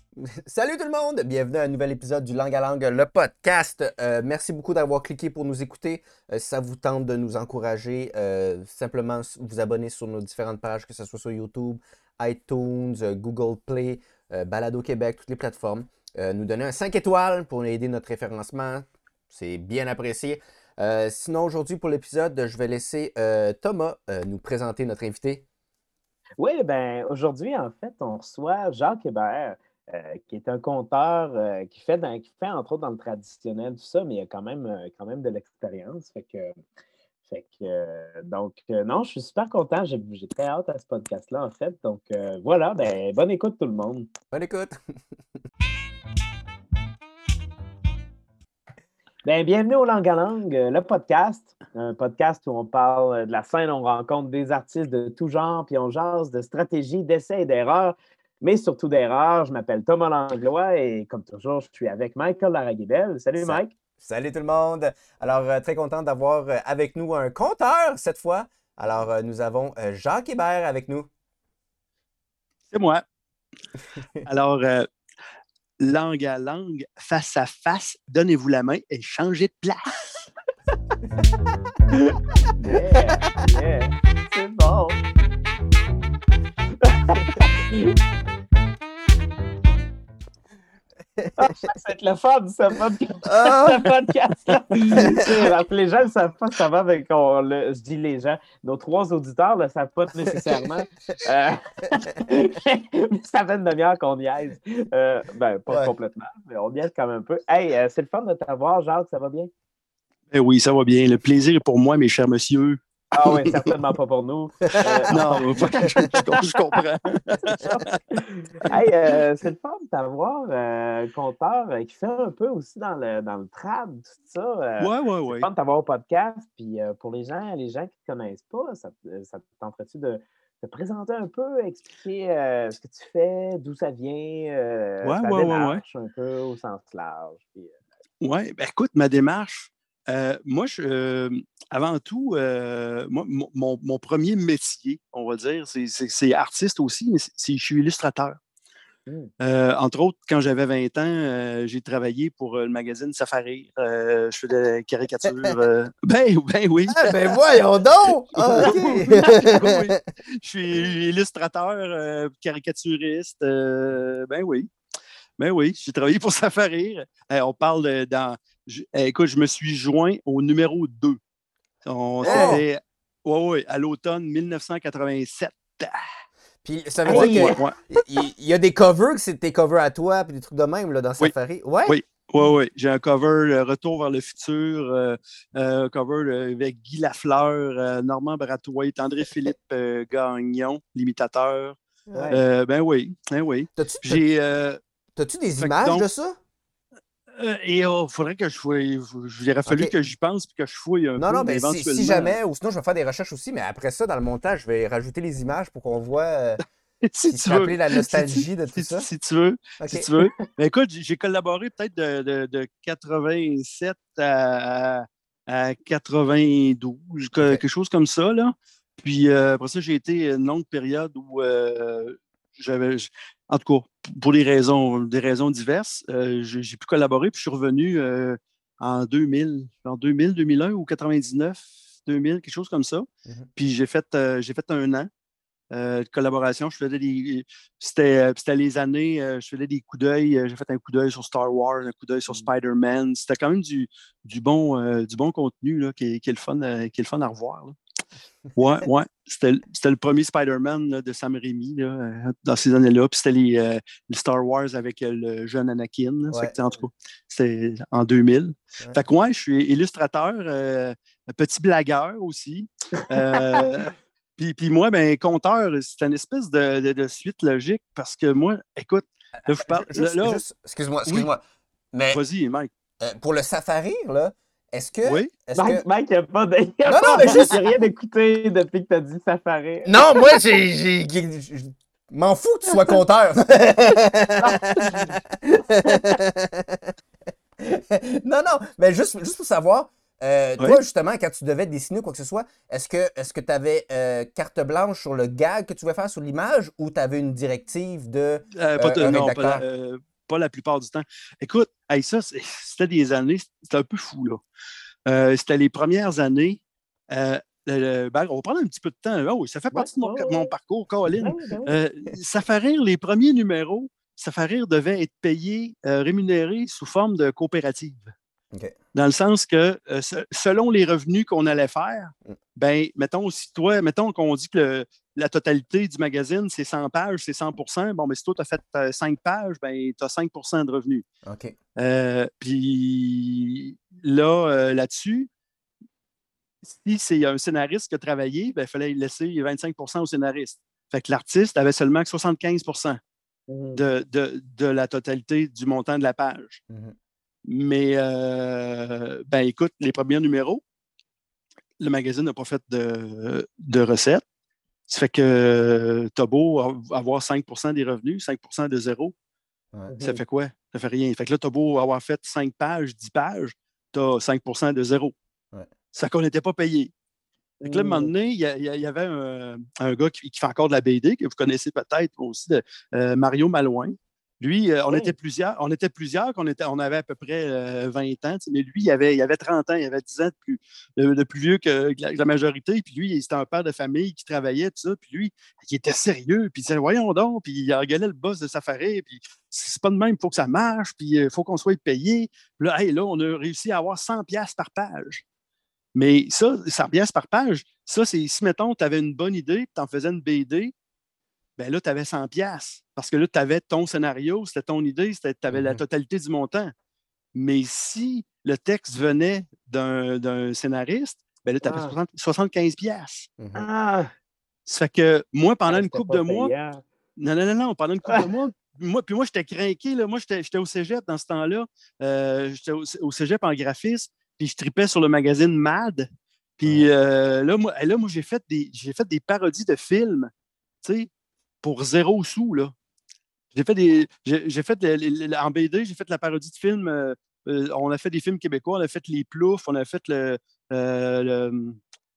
Salut tout le monde! Bienvenue à un nouvel épisode du Langue à Langue, le podcast. Merci beaucoup d'avoir cliqué pour nous écouter. Si ça vous tente de nous encourager, simplement vous abonner sur nos différentes pages, que ce soit sur YouTube, iTunes, Google Play, Balado Québec, toutes les plateformes. Nous donner un 5 étoiles pour aider notre référencement. C'est bien apprécié. Sinon, aujourd'hui, pour l'épisode, je vais laisser Thomas nous présenter notre invité. Oui, ben aujourd'hui, en fait, on reçoit Jacques Hébert, qui est un conteur qui fait entre autres dans le traditionnel, tout ça, mais il a quand même de l'expérience. Non, je suis super content. J'ai très hâte à ce podcast-là, en fait. Donc, voilà, ben, bonne écoute, tout le monde. Bonne écoute! Ben, bienvenue au Langue à Langue, le podcast. Un podcast où on parle de la scène, on rencontre des artistes de tout genre, puis on jase de stratégie, d'essais et d'erreurs, mais surtout d'erreurs. Je m'appelle Thomas Langlois et comme toujours, je suis avec Michael Laraguibel. Salut Ça- Mike. Salut tout le monde. Alors, très content d'avoir avec nous un conteur cette fois. Alors, nous avons Jacques Hébert avec nous. C'est moi. Alors, langue à langue, face à face, donnez-vous la main et changez de place. Yeah, c'est bon. Ça va être le fun, ce podcast-là. Alors que les gens ne savent pas, ça va avec, je dis les gens, nos 3 auditeurs ne le savent pas nécessairement. Mais ça fait une demi-heure qu'on niaise. Pas complètement, mais on niaise quand même un peu. Hey, c'est le fun de t'avoir, Jacques, ça va bien? Eh oui, ça va bien. Le plaisir est pour moi, mes chers monsieur. Ah oui, certainement pas pour nous. Non, je comprends. Hey, c'est le fun de t'avoir, un conteur qui fait un peu aussi dans le trad, tout ça. Ouais. C'est le fun de t'avoir au podcast. Puis pour les gens qui ne te connaissent pas, ça te tenterait-tu de te présenter un peu, expliquer ce que tu fais, d'où ça vient, ta démarche un peu au sens large. Puis, Oui, ben écoute, ma démarche, moi, avant tout, mon premier métier, on va dire, c'est artiste aussi, mais je suis illustrateur. Entre autres, quand j'avais 20 ans, j'ai travaillé pour le magazine Safari. Je fais des caricatures. Ben oui. Ah, ben voyons donc! Ah, OK! Oui. Je suis illustrateur, caricaturiste. Ben oui. Ben oui, j'ai travaillé pour Safari. On parle écoute, je me suis joint au numéro 2. C'était à l'automne 1987. Puis ça veut dire Ouais. qu'il y a des covers, que c'est tes covers à toi, puis des trucs de même là, dans Safari. Ouais? Oui. J'ai un cover Retour vers le futur, cover avec Guy Lafleur, Normand Brathwaite, André-Philippe Gagnon, l'imitateur. Ouais. Ben oui. T'as-tu des images de ça? Il faudrait que il aurait fallu que j'y pense et que je fouille un peu. Non, mais éventuellement. si jamais, ou sinon je vais faire des recherches aussi, mais après ça, dans le montage, je vais rajouter les images pour qu'on voit si tu veux. rappeler la nostalgie de tout ça. Si tu veux. Okay. Si tu veux. Mais écoute, j'ai collaboré peut-être de 87 à 92, quelque chose comme ça, là. Puis après ça, j'ai été une longue période où en tout cas, pour des raisons diverses, j'ai pu collaborer, puis je suis revenu en 2000, 2001 ou 99, 2000, quelque chose comme ça. Mm-hmm. Puis j'ai fait un an de collaboration. C'était les années, je faisais des coups d'œil. J'ai fait un coup d'œil sur Star Wars, un coup d'œil sur Spider-Man. C'était quand même du bon contenu là, qui est le fun à revoir. Là. Ouais. C'était le premier Spider-Man là, de Sam Raimi là, dans ces années-là. Puis c'était les Star Wars avec le jeune Anakin. Là. Ouais. En tout cas, c'était en 2000. Ouais. Fait que je suis illustrateur, petit blagueur aussi. Puis moi, ben, conteur, c'est une espèce de suite logique parce que moi, écoute, là, je parle. Excuse-moi. Oui. Mais vas-y, Mike. Pour le Safari, là, est-ce que. Oui. Mike, il n'y a pas de. Non, mais juste. J'ai rien écouté depuis que tu as dit Safari. Non, moi, je m'en fous que tu sois conteur. Non, mais juste pour savoir, Oui. Toi, justement, quand tu devais dessiner quoi que ce soit, est-ce que tu avais carte blanche sur le gag que tu voulais faire sur l'image ou tu avais une directive de un Non, rédacteur? pas la plupart du temps. Écoute, hey, ça, c'était des années, c'était un peu fou, là. C'était les premières années. On va prendre un petit peu de temps. Oh, ça fait Ouais, partie de ouais, mon ouais. parcours, Colin. Ben oui, ben oui. Ça fait rire, les premiers numéros, ça fait rire devait être payé, rémunéré sous forme de coopérative. OK. Dans le sens que selon les revenus qu'on allait faire, Mm. ben, mettons qu'on dit que la totalité du magazine, c'est 100 pages, c'est 100%. Bon, mais si toi, tu as fait 5 pages, ben, tu as 5% de revenus. OK. Puis là, là-dessus, si c'est un scénariste qui a travaillé, ben, il fallait laisser 25% au scénariste. Fait que l'artiste avait seulement que 75% Mhm. de la totalité du montant de la page. Mhm. Mais, ben, écoute, les premiers numéros, le magazine n'a pas fait de recettes. Ça fait que tu as beau avoir 5% des revenus, 5% de zéro, Ouais. ça Mhm. fait quoi? Ça fait rien. Fait que là, tu as beau avoir fait 5 pages, 10 pages, tu as 5% de zéro. Ouais. Ça qu'on n'était pas payé. Fait que là, à un moment Mhm. donné, il y avait un gars qui fait encore de la BD, que vous connaissez peut-être aussi, Mario Malouin. Lui, Oui. on était plusieurs, on avait à peu près 20 ans, mais lui, il avait 30 ans, il avait 10 ans de plus vieux que la majorité. Puis lui, c'était un père de famille qui travaillait, tout ça. Puis lui, il était sérieux, puis il disait, voyons donc, puis il engueulait le boss de Safari, puis c'est pas de même, il faut que ça marche, puis il faut qu'on soit payé. Puis là, hey, là, on a réussi à avoir 100$ par page. Mais ça, 100$ par page, ça, c'est si, mettons, tu avais une bonne idée, tu en faisais une BD, ben là, tu avais 100$. Parce que là, tu avais ton scénario, c'était ton idée, tu avais la Mhm. totalité du montant. Mais si le texte venait d'un scénariste, ben là, tu avais Ah, 75$. Mhm. ah, Ça fait que moi, pendant ah, une c'était couple pas de mois, payant. non, pendant une couple de mois, moi, j'étais craqué, là. Moi, j'étais au cégep dans ce temps-là. J'étais au cégep en graphisme, puis je tripais sur le magazine Mad. Puis Ouais. moi j'ai fait des parodies de films, tu sais, pour 0 sous, là. J'ai fait en BD, j'ai fait la parodie de films. On a fait des films québécois, on a fait Les Ploufs, on a fait le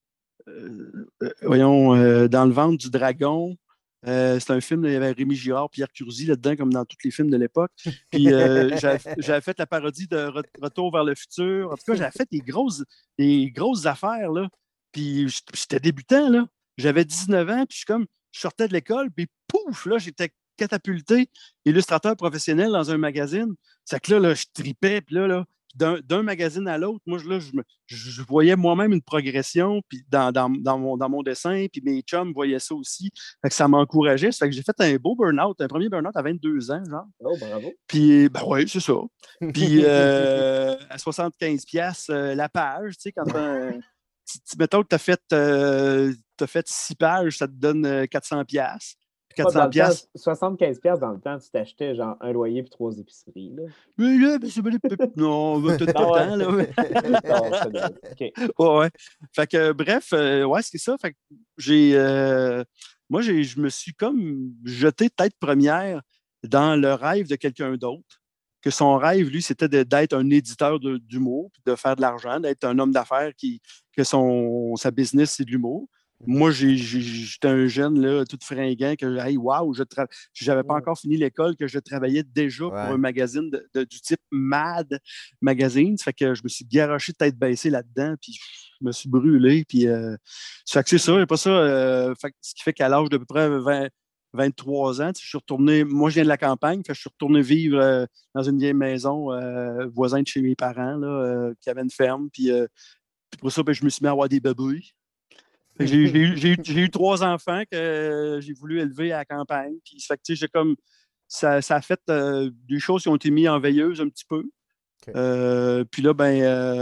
voyons, Dans le ventre du dragon. C'est un film, il y avait Rémi Girard, Pierre Curzi là-dedans, comme dans tous les films de l'époque. Puis j'avais fait la parodie de Retour vers le futur. En tout cas, j'avais fait des grosses affaires, là. Puis j'étais débutant, là. J'avais 19 ans, puis je sortais de l'école, puis pouf, là, j'étais catapulté, illustrateur professionnel dans un magazine. C'est que là, je tripais, puis là, d'un magazine à l'autre, moi, là, je voyais moi-même une progression puis dans mon dessin, puis mes chums voyaient ça aussi. Fait que ça m'encourageait. Ça fait que j'ai fait un beau burn-out, un premier burn-out à 22 ans, genre. Oh, bravo. Puis, ben oui, c'est ça. Puis, à 75$ la page, tu sais, mettons que t'as fait 6 pages, ça te donne 400$. Puis Pas dans 400$, le temps, 75$ dans le temps, tu t'achetais genre un loyer puis 3 épiceries, là. mais là, ben, non, peut-être pas Ah ouais. tant, là. Mais... Non, c'est drôle. OK. Ouais, ouais. Fait que, bref, ouais, c'est ça. Fait que moi, je me suis comme jeté tête première dans le rêve de quelqu'un d'autre. Que son rêve, lui, c'était d'être un éditeur d'humour, puis de faire de l'argent, d'être un homme d'affaires que sa business, c'est de l'humour. Moi, j'étais un jeune, là, tout fringant, que, hey, wow, j'avais pas Mm. encore fini l'école, que je travaillais déjà pour un Ouais. magazine du type Mad Magazine. Ça fait que je me suis garoché tête baissée là-dedans, puis je me suis brûlé. Puis, ça fait que c'est ça, et pas ça. Ce qui fait qu'à l'âge d'à peu près 23 ans, je suis retourné. Moi, je viens de la campagne, fait que je suis retourné vivre dans une vieille maison voisin de chez mes parents, là, qui avait une ferme. Puis pour ça, ben, je me suis mis à avoir des babouilles. Fait que j'ai eu 3 enfants que j'ai voulu élever à la campagne. Puis ça fait que, tu sais, ça a fait des choses qui ont été mises en veilleuse un petit peu. OK. Puis là, ben,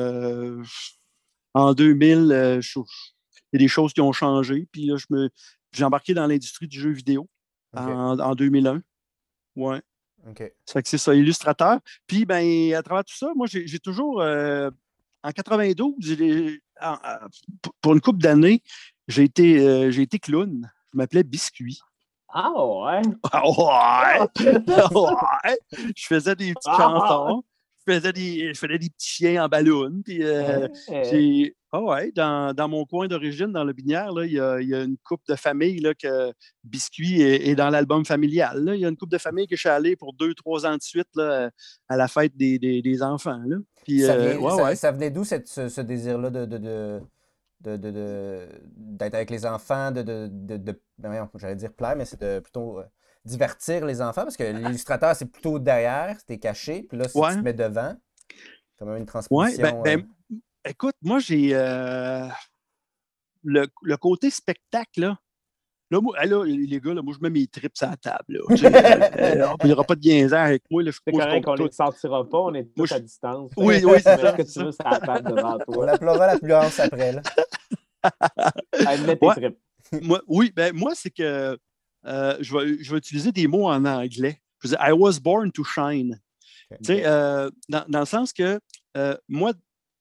en 2000, il y a des choses qui ont changé. Puis là, j'ai embarqué dans l'industrie du jeu vidéo OK. en 2001. Ouais. OK. Ça fait que c'est ça, illustrateur. Puis, ben, à travers tout ça, moi, j'ai toujours, en 92, pour une couple d'années, j'ai été clown. Je m'appelais Biscuit. Ah ouais. Ah ouais! Ah! Ouais! Je faisais des petites chansons. Je je faisais des petits chiens en ballon. Puis, dans mon coin d'origine, dans le Binière, là, il y a une couple de familles là, que Biscuit est dans l'album familial. Là. Il y a une couple de familles que je suis allé pour 2-3 ans de suite là, à la fête des enfants. Là. Puis, ça venait d'où ce désir-là d'être avec les enfants, j'allais dire plaire, mais c'est plutôt divertir les enfants, parce que l'illustrateur, c'est plutôt derrière, c'était caché, puis là, si tu te mets devant, quand même une transposition. Écoute, moi, j'ai le côté spectacle, là. Là, les gars, là, moi, je mets mes trips à la table. Il n'y aura pas de guinzaire avec moi. C'est correct qu'on ne les sortira pas, on est tous à distance. Oui, c'est ça. Que tu veux, c'est à la table devant toi. On appellera la fluence après. Là. Mets tes trips. Moi, c'est que je vais utiliser des mots en anglais. Je veux dire, I was born to shine. Okay. Dans le sens que moi,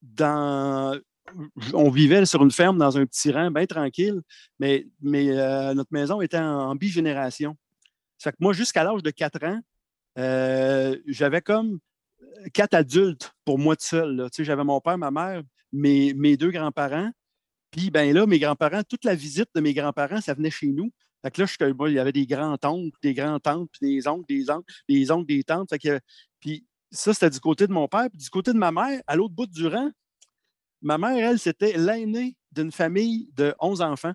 on vivait sur une ferme dans un petit rang bien tranquille, mais notre maison était en bigénération. Ça fait que moi, jusqu'à l'âge de 4 ans, j'avais comme 4 adultes pour moi tout seul. J'avais mon père, ma mère, mes 2 grands-parents. Puis ben là, mes grands-parents, toute la visite de mes grands-parents, ça venait chez nous. Fait que là, il y avait des grands-oncles, des grands-tantes, puis des oncles, des oncles, des tantes. Fait que, puis ça, c'était du côté de mon père. Puis du côté de ma mère, à l'autre bout du rang, ma mère, elle, c'était l'aînée d'une famille de 11 enfants.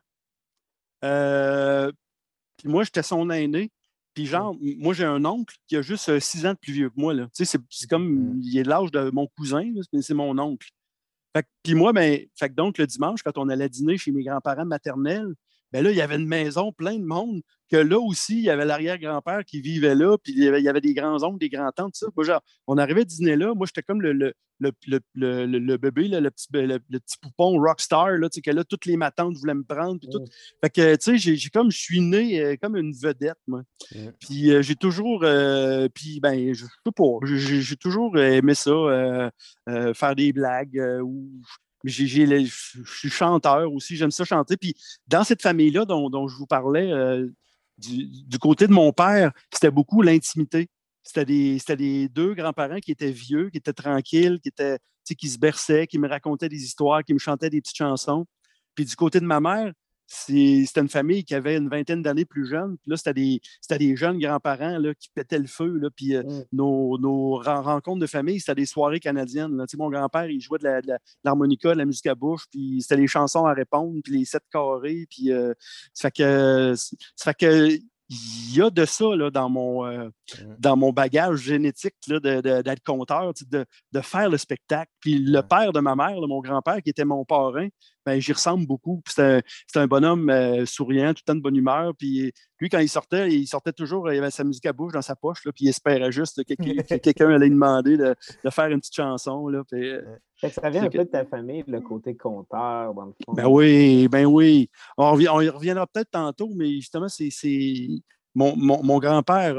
Puis moi, j'étais son aîné. Puis genre, moi, j'ai un oncle qui a juste 6 ans de plus vieux que moi. Là. Tu sais, c'est comme, il est de l'âge de mon cousin, mais c'est mon oncle. Puis moi, donc le dimanche, quand on allait dîner chez mes grands-parents maternels, ben là, il y avait une maison plein de monde, que là aussi, il y avait l'arrière-grand-père qui vivait là, puis il y avait des grands-oncles, des grands-tantes, tout ça. Moi, genre, on arrivait à dîner là, moi, j'étais comme le bébé, là, le petit poupon rockstar, là, que là, toutes les matantes voulaient me prendre, puis tout. Fait que, tu sais, je suis né comme une vedette, moi. Puis j'ai toujours, je sais pas, j'ai toujours aimé ça, faire des blagues, je suis chanteur aussi, j'aime ça chanter. Puis dans cette famille-là dont je vous parlais, du côté de mon père, c'était beaucoup l'intimité. C'était des 2 grands-parents qui étaient vieux, qui étaient tranquilles, qui se berçaient, qui me racontaient des histoires, qui me chantaient des petites chansons. Puis du côté de ma mère, c'était une famille qui avait une vingtaine d'années plus jeune. Puis là, c'était des jeunes grands-parents là, qui pétaient le feu. Là, puis nos rencontres de famille, c'était des soirées canadiennes. Là. Mon grand-père, il jouait de l'harmonica, de la musique à bouche, puis c'était les chansons à répondre, puis les 7 carrés. Puis ça fait que il y a de ça là, dans mon bagage génétique là, d'être conteur, de faire le spectacle. Puis le père de ma mère, là, mon grand-père, qui était mon parrain, ben, j'y ressemble beaucoup. C'était un bonhomme souriant, tout le temps de bonne humeur. Puis lui, quand il sortait toujours, il avait sa musique à bouche dans sa poche, là, puis il espérait juste que quelqu'un allait lui demander de faire une petite chanson. Là, puis, ça vient un peu de ta famille, le côté conteur, dans le fond. Ben oui. On y reviendra peut-être tantôt, mais justement, mon grand-père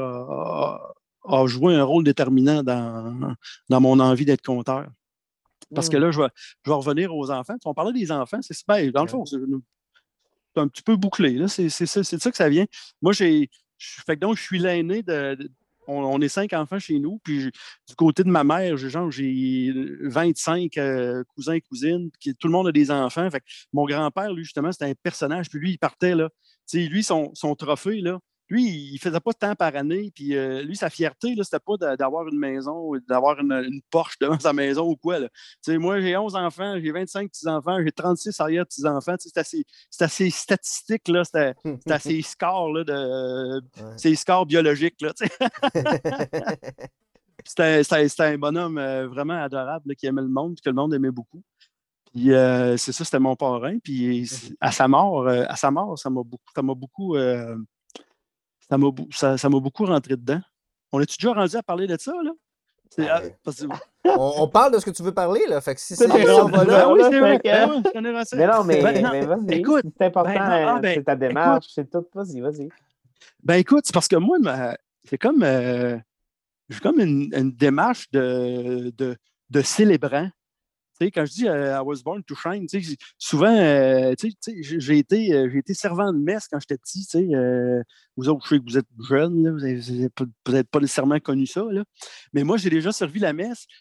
a joué un rôle déterminant dans mon envie d'être conteur. Parce que là, je vais revenir aux enfants. On parlait des enfants, dans le fond, c'est un petit peu bouclé. Là. C'est de ça que ça vient. Moi, je suis l'aîné on est 5 enfants chez nous, puis du côté de ma mère, j'ai 25 cousins et cousines, puis tout le monde a des enfants. Fait que mon grand-père, lui, justement, c'était un personnage, puis lui, il partait, là. Tu sais, lui, son trophée, là, lui, il faisait pas de temps par année, puis lui, sa fierté, là, c'était pas d'avoir une maison, d'avoir une Porsche devant sa maison ou quoi, là. Tu sais, moi, j'ai 11 enfants, j'ai 25 petits-enfants, j'ai 36 arrière-petits-enfants. Tu sais, c'est assez statistique, là, c'est assez score, là, c'est scores biologiques, là, tu sais. C'était un bonhomme vraiment adorable, là, qui aimait le monde, puis que le monde aimait beaucoup. Puis c'est ça, c'était mon parrain. Puis à sa mort, ça m'a beaucoup rentré dedans. On est-tu déjà rendu à parler de ça, là? On parle de ce que tu veux parler, là. Fait que si c'est oui, c'est vrai. Mais non, mais vas-y. Écoute, c'est important, c'est ta démarche, c'est tout. Vas-y. Ben écoute, c'est parce que moi, c'est comme j'ai comme une démarche de célébrant. Tu sais, quand je dis I was born to shine, tu sais, souvent, j'ai été servant de messe quand j'étais petit. Tu sais, vous autres, je sais que vous êtes jeunes, là, vous n'avez pas nécessairement connu ça. Là. Mais moi, j'ai déjà servi la messe.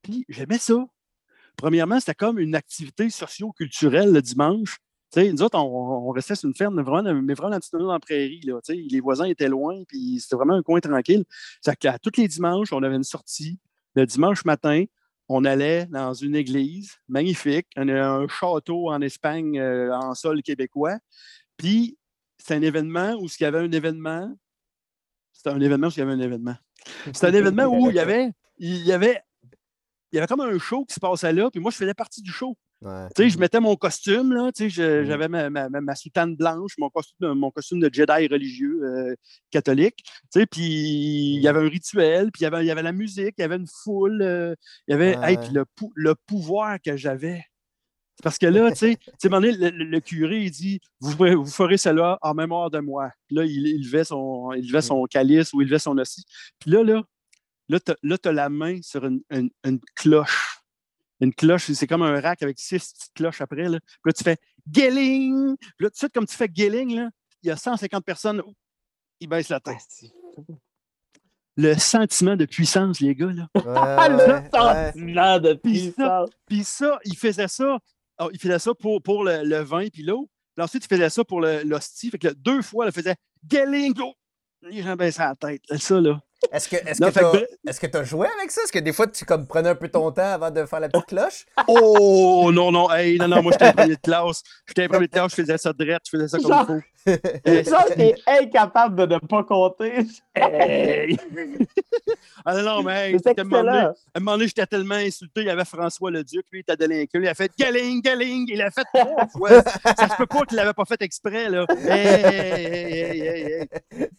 Puis j'aimais ça. Premièrement, c'était comme une activité socio-culturelle le dimanche. Nous autres, on restait sur une ferme, mais vraiment un petit peu dans la prairie. Là, les voisins étaient loin, puis c'était vraiment un coin tranquille. Tous les dimanches, on avait une sortie. Le dimanche matin, on allait dans une église magnifique, un château en Espagne en sol québécois. Puis, c'est un événement où il y avait un événement. C'était un événement où il y avait un événement. C'était un événement où il y avait comme un show qui se passait là, puis moi, je faisais partie du show. Ouais. Je mettais mon costume, là, j'avais ma soutane blanche, mon costume de Jedi religieux catholique, puis il y avait un rituel, puis il y avait la musique, il y avait une foule, il y avait puis le pouvoir que j'avais. Parce que là, tu sais, à un moment donné, le curé, il dit vous ferez cela en mémoire de moi. Puis là, il levait son calice ou il levait son hostie. Puis là, tu as la main sur une cloche. Une cloche, c'est comme un rack avec 6 petites cloches après. Là, puis là tu fais Gelling. Puis là, tout de suite, comme tu fais Gelling, là, il y a 150 personnes, ils baissent la tête. Le sentiment de puissance, les gars. Là. Le sentiment de puissance. Puis ça, il faisait ça. Oh, il faisait ça pour le vin puis l'eau. Puis ensuite, il faisait ça pour l'hostie. Fait que là, 2 fois, il faisait Gelling. Les gens baissaient la tête. Ça, là. Est-ce que tu as joué avec ça? Est-ce que des fois, tu comme, prenais un peu ton temps avant de faire la petite cloche? Oh, non. Hey, non, moi, j'étais un premier de classe. Je faisais ça direct, je faisais ça comme il faut. Genre, t'es incapable de ne pas compter. Hey. Ah non, mais hey, à un moment donné, j'étais tellement insulté. Il y avait François Leduc, lui, il était délinquant. Il a fait Gelling. Il a fait 3 fois. Ça se peut pas qu'il l'avait pas fait exprès, là. Hey.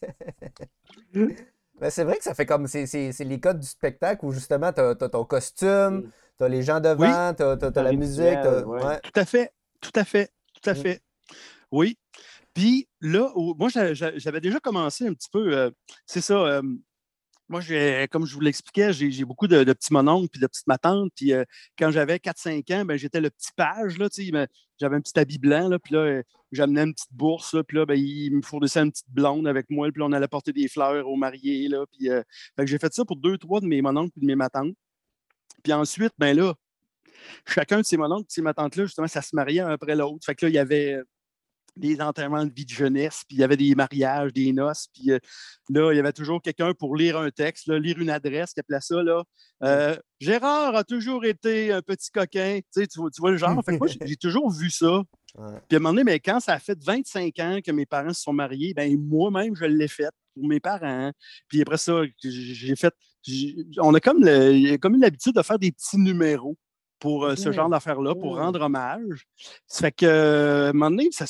Ben, c'est vrai que ça fait comme. C'est les codes du spectacle où justement, t'as ton costume, t'as les gens devant, t'as la musique. Ouais. Tout à fait. Oui. Puis là, moi, j'avais déjà commencé un petit peu. C'est ça. Moi, comme je vous l'expliquais, j'ai beaucoup de petits mononcles puis de petites matantes. Puis quand j'avais 4-5 ans, ben, j'étais le petit page. Là, j'avais un petit habit blanc. Là, puis là, j'amenais une petite bourse. Là, puis là, ben, il me fournissait une petite blonde avec moi. Puis là, on allait porter des fleurs aux mariés. Là, puis, fait que j'ai fait ça pour 2-3 de mes mononcles et de mes matantes. Puis ensuite, ben là, chacun de ces mononcles et ces matantes-là, justement, ça se mariait un après l'autre. Fait que là, il y avait des enterrements de vie de jeunesse, puis il y avait des mariages, des noces, puis là, il y avait toujours quelqu'un pour lire un texte, là, lire une adresse, qui appelait ça, là. Gérard a toujours été un petit coquin. Tu vois le genre. Fait que moi, j'ai toujours vu ça. Ouais. Puis à un moment donné, mais quand ça a fait 25 ans que mes parents se sont mariés, ben moi-même, je l'ai fait pour mes parents. Puis après ça, on a comme eu l'habitude de faire des petits numéros pour ce genre d'affaires-là, pour rendre hommage. Ça fait que, à un moment donné, ça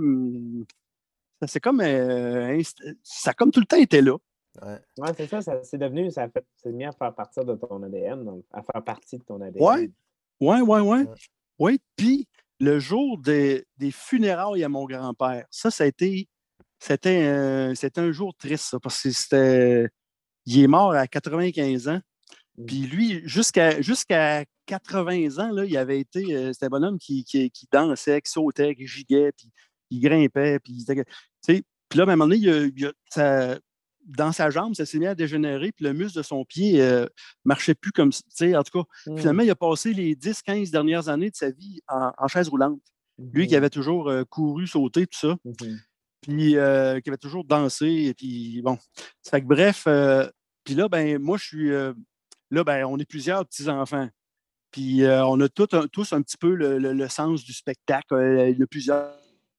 a comme tout le temps été là. Ouais, c'est ça, c'est mis à faire partie de ton ADN, donc à faire partie de ton ADN. Ouais. Oui, puis le jour des funérailles à mon grand-père, c'était un jour triste, ça, parce que il est mort à 95 ans. Puis lui, jusqu'à 80 ans, là, il avait été. C'était un bonhomme qui dansait, qui sautait, qui giguait, puis il grimpait. Puis là, à un moment donné, dans sa jambe, ça s'est mis à dégénérer, puis le muscle de son pied marchait plus comme ça. En tout cas, finalement, il a passé les 10-15 dernières années de sa vie en chaise roulante. Lui qui avait toujours couru, sauté, tout ça. Puis qui avait toujours dansé. Et puis bon. Ça fait que bref, puis là, ben moi, je suis. Là, ben, on est plusieurs petits-enfants. Puis on a tous un petit peu le sens du spectacle. Il y a plusieurs.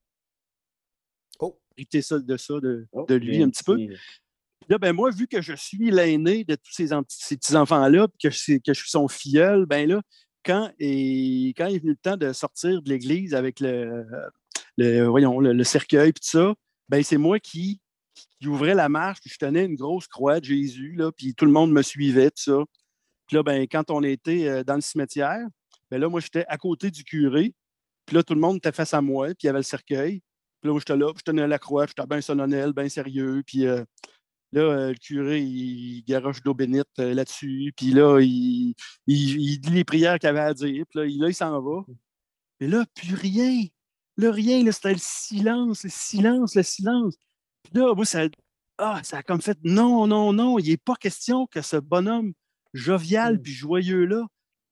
Hérité ça de lui un petit peu. Puis là, ben, moi, vu que je suis l'aîné de tous ces petits-enfants-là, puis que je suis son filleul, ben là, quand est venu le temps de sortir de l'église avec le cercueil et tout ça, ben, c'est moi qui ouvrais la marche, puis je tenais une grosse croix de Jésus, là, puis tout le monde me suivait, tout ça. Puis là, ben, quand on était dans le cimetière, ben là, moi, j'étais à côté du curé. Puis là, tout le monde était face à moi, puis il y avait le cercueil. Puis là, moi, j'étais là, puis je tenais la croix, puis j'étais bien solennel, bien sérieux. Puis là, le curé, il garoche d'eau bénite là-dessus. Puis là, il dit les prières qu'il avait à dire. Puis là, il s'en va. Mais là, plus rien. Là, rien. Là, c'était le silence. Puis là, moi, ça a comme fait non. Il n'est pas question que ce bonhomme jovial puis joyeux-là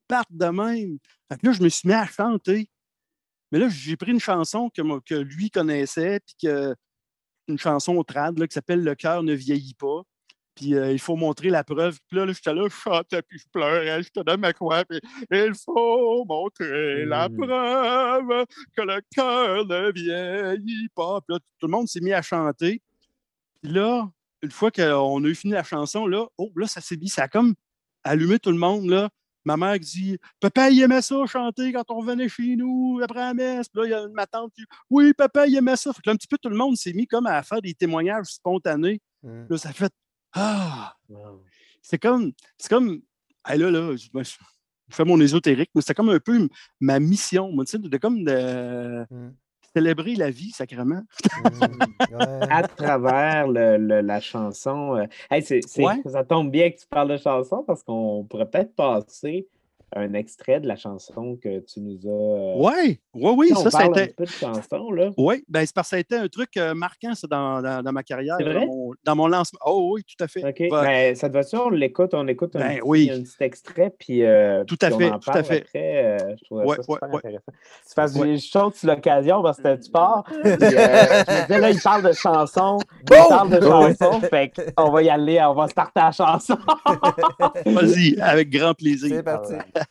partent de même. Fait que là, je me suis mis à chanter. Mais là, j'ai pris une chanson que lui connaissait, puis une chanson trad là, qui s'appelle Le cœur ne vieillit pas. Puis il faut montrer la preuve. Puis là, j'étais là, je chantais, puis je pleurais, j'étais dans ma coin. Puis il faut montrer la preuve que le cœur ne vieillit pas. Puis là, tout le monde s'est mis à chanter. Puis là, une fois qu'on a eu fini la chanson, là, là, ça s'est mis, ça a comme allumé tout le monde, là. Ma mère dit « Papa, il aimait ça, chanter quand on revenait chez nous après la messe. » Puis là, il y a ma tante qui dit « Oui, papa, il aimait ça. » Fait que là, un petit peu, tout le monde s'est mis comme à faire des témoignages spontanés. Là, ça fait « Ah! Wow. » C'est comme hey, là, je fais mon ésotérique, mais c'était comme un peu ma mission, moi, tu sais, de comme de célébrer la vie, sacrément. À travers la chanson. Hey, ça tombe bien que tu parles de chanson parce qu'on pourrait peut-être passer un extrait de la chanson que tu nous as. Oui, ça a été un peu de chanson, là. Oui, ben c'est parce que ça a été un truc marquant, ça, dans ma carrière. C'est vrai? Dans mon lancement. Oh oui, tout à fait. OK. Ben, ça doit être sûr, on écoute un petit extrait, puis tout à fait, on en parle après. Je trouve ça super intéressant. C'est parce que je saute sur l'occasion parce que tu pars. Puis, je me disais, là, il parle de chanson. Fait qu'on va y aller, on va starter la chanson. Vas-y, avec grand plaisir. C'est parti.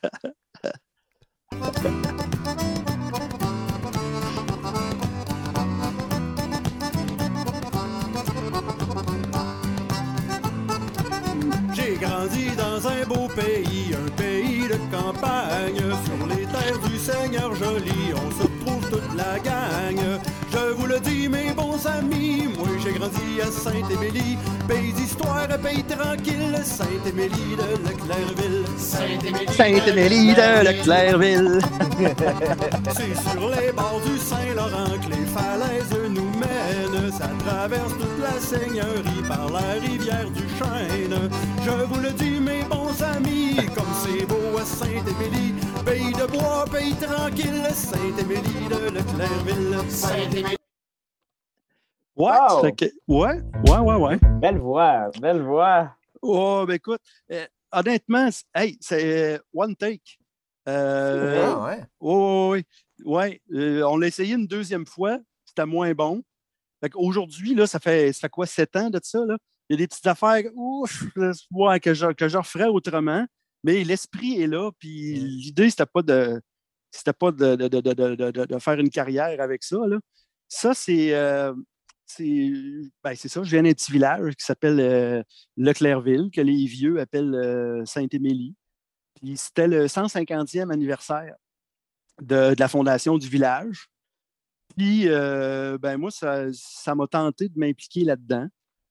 J'ai grandi dans un beau pays, un pays de campagne. Sur les terres du Seigneur joli, on se retrouve toute la gang. Je vous le dis, mes bons amis, moi j'ai grandi à Saint-Émilie. Pays d'histoire, pays tranquille, Saint-Émilie de Leclerville. Saint-Émilie de Leclerville. C'est sur les bords du Saint-Laurent que les falaises nous mènent. Ça traverse toute la seigneurie par la rivière du Chêne. Je vous le dis, mes bons amis, comme c'est beau à Saint-Émilie. Pays de bois, pays tranquille, Saint-Émilie de Leclerville. Saint-Émilie. Wow. Ouais. Belle voix. Oh, ben écoute, honnêtement, c'est one take. Oui. On l'a essayé une deuxième fois, c'était moins bon. Aujourd'hui, là, ça fait quoi, 7 ans de ça, là? Il y a des petites affaires que je referais autrement, mais l'esprit est là, puis l'idée, c'était pas de faire une carrière avec ça, là. Ça, c'est ça. Je viens d'un petit village qui s'appelle Leclerville, que les vieux appellent Saint-Émilie. Puis c'était le 150e anniversaire de la fondation du village. Puis, moi, ça m'a tenté de m'impliquer là-dedans.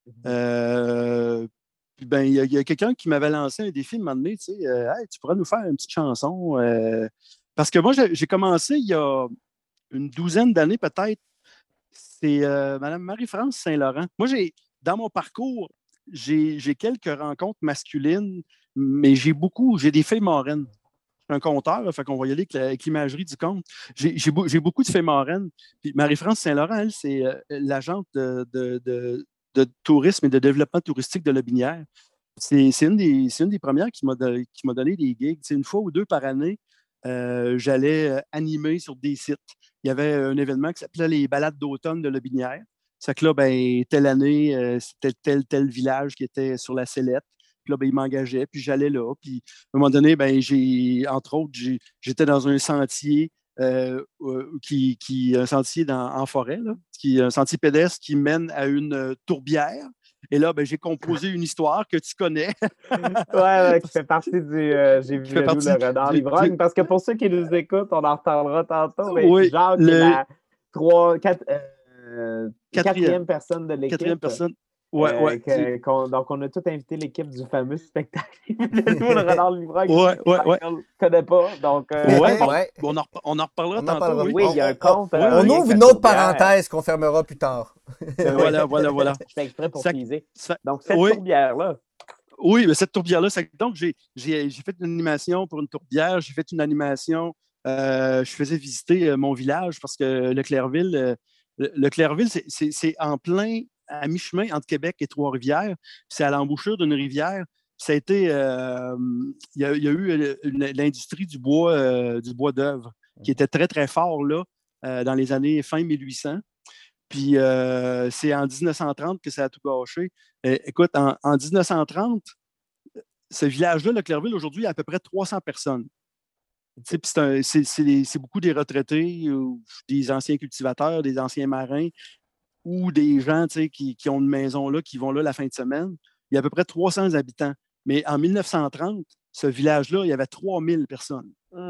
Puis, il y a quelqu'un qui m'avait lancé un défi, de moment donné, tu sais, hey, tu pourrais nous faire une petite chanson. Parce que moi, j'ai commencé il y a une douzaine d'années peut-être. C'est Mme Marie-France Saint-Laurent. Moi, dans mon parcours, j'ai quelques rencontres masculines, mais j'ai des filles marraines. Je suis un conteur, là, fait qu'on va y aller avec l'imagerie du conte. J'ai beaucoup de filles marraines. Puis Marie-France Saint-Laurent, elle, c'est l'agente de tourisme et de développement touristique de Lotbinière. C'est une des premières qui m'a donné des gigs. C'est une fois ou deux par année, j'allais animer sur des sites. Il y avait un événement qui s'appelait les Balades d'automne de Lotbinière. Ça fait que là, telle année, c'était tel village qui était sur la sellette. Puis là, il m'engageait, puis j'allais là. Puis à un moment donné, entre autres, j'étais dans un sentier, un sentier en forêt, là, un sentier pédestre qui mène à une tourbière. Et là, j'ai composé une histoire que tu connais. Qui fait partie du J'ai vu le renard l'ivrogne. Parce que pour ceux qui nous écoutent, on en reparlera tantôt. Mais Jacques est la quatrième personne de l'équipe. Quatrième personne. Donc, on a tout invité l'équipe du fameux spectacle. Le renard l'ivrogne. Je ne connais pas. Donc, on en reparlera tantôt. Oui, il y a un compte. On ouvre une autre parenthèse qu'on fermera plus tard. Voilà. Je fais exprès pour teaser. Donc, cette tourbière-là. Oui, mais cette tourbière-là, donc j'ai fait une animation pour une tourbière. J'ai fait une animation. Je faisais visiter mon village parce que Leclerville, c'est en plein à mi-chemin entre Québec et Trois-Rivières. C'est à l'embouchure d'une rivière. ça a été, il y a eu l'industrie du bois d'œuvre qui était très, très fort là, dans les années fin 1800. Puis c'est en 1930 que ça a tout gâché. Écoute, en 1930, ce village-là, le Clairville, aujourd'hui, il y a à peu près 300 personnes. C'est beaucoup des retraités, ou des anciens cultivateurs, des anciens marins, ou des gens qui ont une maison là, qui vont là la fin de semaine. Il y a à peu près 300 habitants. Mais en 1930, ce village-là, il y avait 3000 personnes.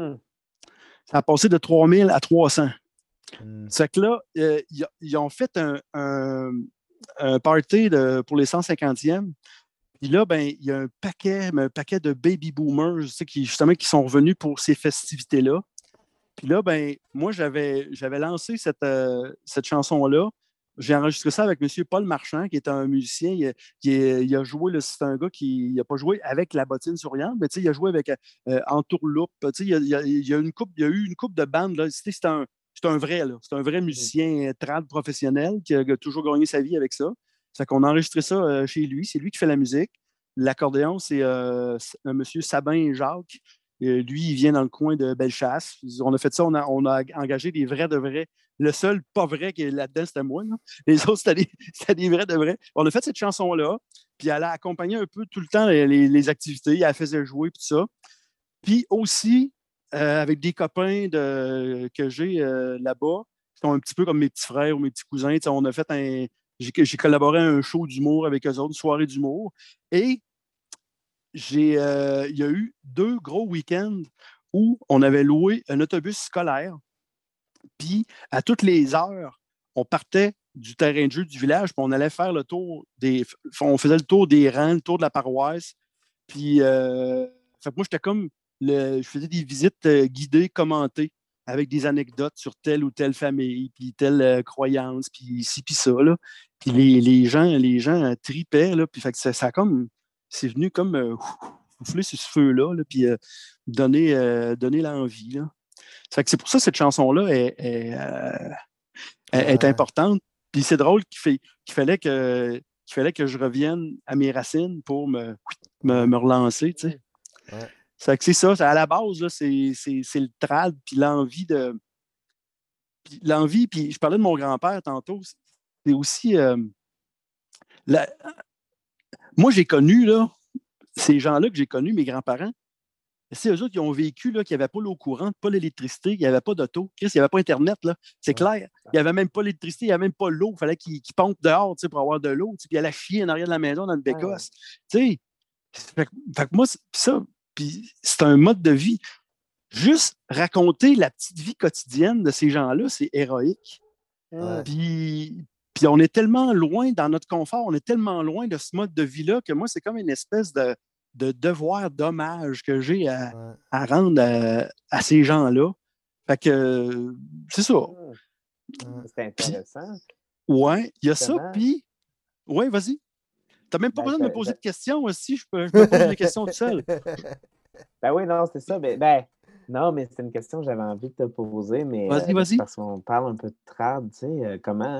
Ça a passé de 3000 à 300. C'est que là, ils ont fait un party pour les 150e. Puis là, ben, il y a un paquet de baby boomers qui sont revenus pour ces festivités-là. Puis là, ben, moi, j'avais lancé cette chanson-là. J'ai enregistré ça avec M. Paul Marchand, qui est un musicien. Il a joué, c'est un gars qui n'a pas joué avec la bottine souriante, mais il a joué avec Entourloupe. Il y a eu une couple de bandes. Là. C'est un vrai, là. C'est un vrai musicien trad professionnel qui a toujours gagné sa vie avec ça. Ça fait qu'on a enregistré ça chez lui. C'est lui qui fait la musique. L'accordéon, c'est un monsieur Sabin Jacques. Lui, il vient dans le coin de Bellechasse. On a fait ça, on a engagé des vrais de vrais. Le seul pas vrai qui est là-dedans, c'était moi. Là. Les autres, c'était des vrais de vrais. On a fait cette chanson-là, puis elle a accompagné un peu tout le temps les activités. Elle faisait jouer, tout ça. Puis aussi, avec des copains que j'ai là-bas, qui sont un petit peu comme mes petits frères ou mes petits cousins, on a fait j'ai collaboré à un show d'humour avec eux autres, une soirée d'humour. Et il y a eu 2 gros week-ends où on avait loué un autobus scolaire. Puis, à toutes les heures, on partait du terrain de jeu du village, puis on allait faire le tour on faisait le tour des rangs, le tour de la paroisse. Puis, fait que moi, je faisais des visites guidées, commentées, avec des anecdotes sur telle ou telle famille, puis telle croyance, puis ci, puis ça, là. Puis les gens tripaient, là, puis fait que c'est venu comme souffler sur ce feu-là, là, puis donner l'envie, là. Ça fait que c'est pour ça que cette chanson-là est importante. Puis c'est drôle qu'il fallait que je revienne à mes racines pour me relancer, tu sais. Ouais. Ça fait que c'est ça. À la base, là, c'est le trad, puis l'envie puis je parlais de mon grand-père tantôt, c'est aussi... moi, j'ai connu, là, ces gens-là que j'ai connus, mes grands-parents, c'est eux autres qui ont vécu, là, qu'il n'y avait pas l'eau courante, pas l'électricité, il n'y avait pas d'auto. Chris, il n'y avait pas Internet, là. C'est clair. Il n'y avait même pas l'électricité, il n'y avait même pas l'eau. Il fallait qu'ils pompent dehors, pour avoir de l'eau. Puis il allait chier en arrière de la maison dans le bécosse. Fait que moi, ça, puis c'est un mode de vie. Juste raconter la petite vie quotidienne de ces gens-là, c'est héroïque. Puis on est tellement loin dans notre confort, on est tellement loin de ce mode de vie-là que moi, c'est comme une espèce de devoir d'hommage que j'ai à rendre à ces gens-là. Fait que c'est ça. C'est intéressant. Oui, il y a ça, puis... Oui, vas-y. Tu n'as même pas besoin de me poser de questions aussi. Je peux me poser des questions tout seul. Ben oui, non, c'est ça. Non, mais c'est une question que j'avais envie de te poser, mais vas-y. parce qu'on parle un peu de trad, tu sais, comment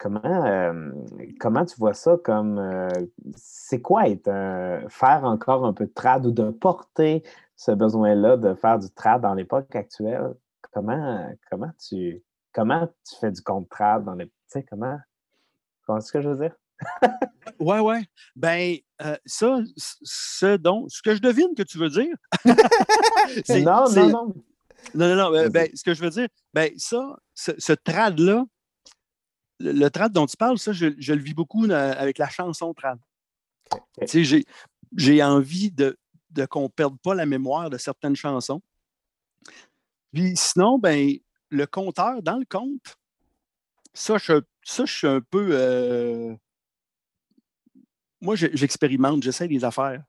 tu vois ça comme c'est quoi faire encore un peu de trad ou de porter ce besoin-là de faire du trad dans l'époque actuelle? Comment tu fais du compte trad dans les. Tu sais, comment est-ce que je veux dire? Ouais. Ben, ce que je devine que tu veux dire. Non. Non. Ben, ce que je veux dire, ben, ce trad-là, le trad dont tu parles, ça, je le vis beaucoup avec la chanson trad. Tu sais, j'ai envie de qu'on ne perde pas la mémoire de certaines chansons. Puis sinon, ben, le conteur, dans le conte, ça, je suis un peu... moi, j'expérimente, j'essaie des affaires.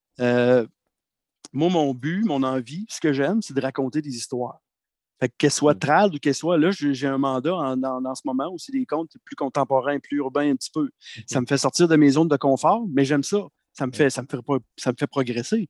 Moi, mon but, mon envie, ce que j'aime, c'est de raconter des histoires. Fait qu'elles soient trad ou qu'elles soient... Là, j'ai un mandat en ce moment où c'est des contes plus contemporains, plus urbains un petit peu. Ça me fait sortir de mes zones de confort, mais j'aime ça. Ça me fait progresser.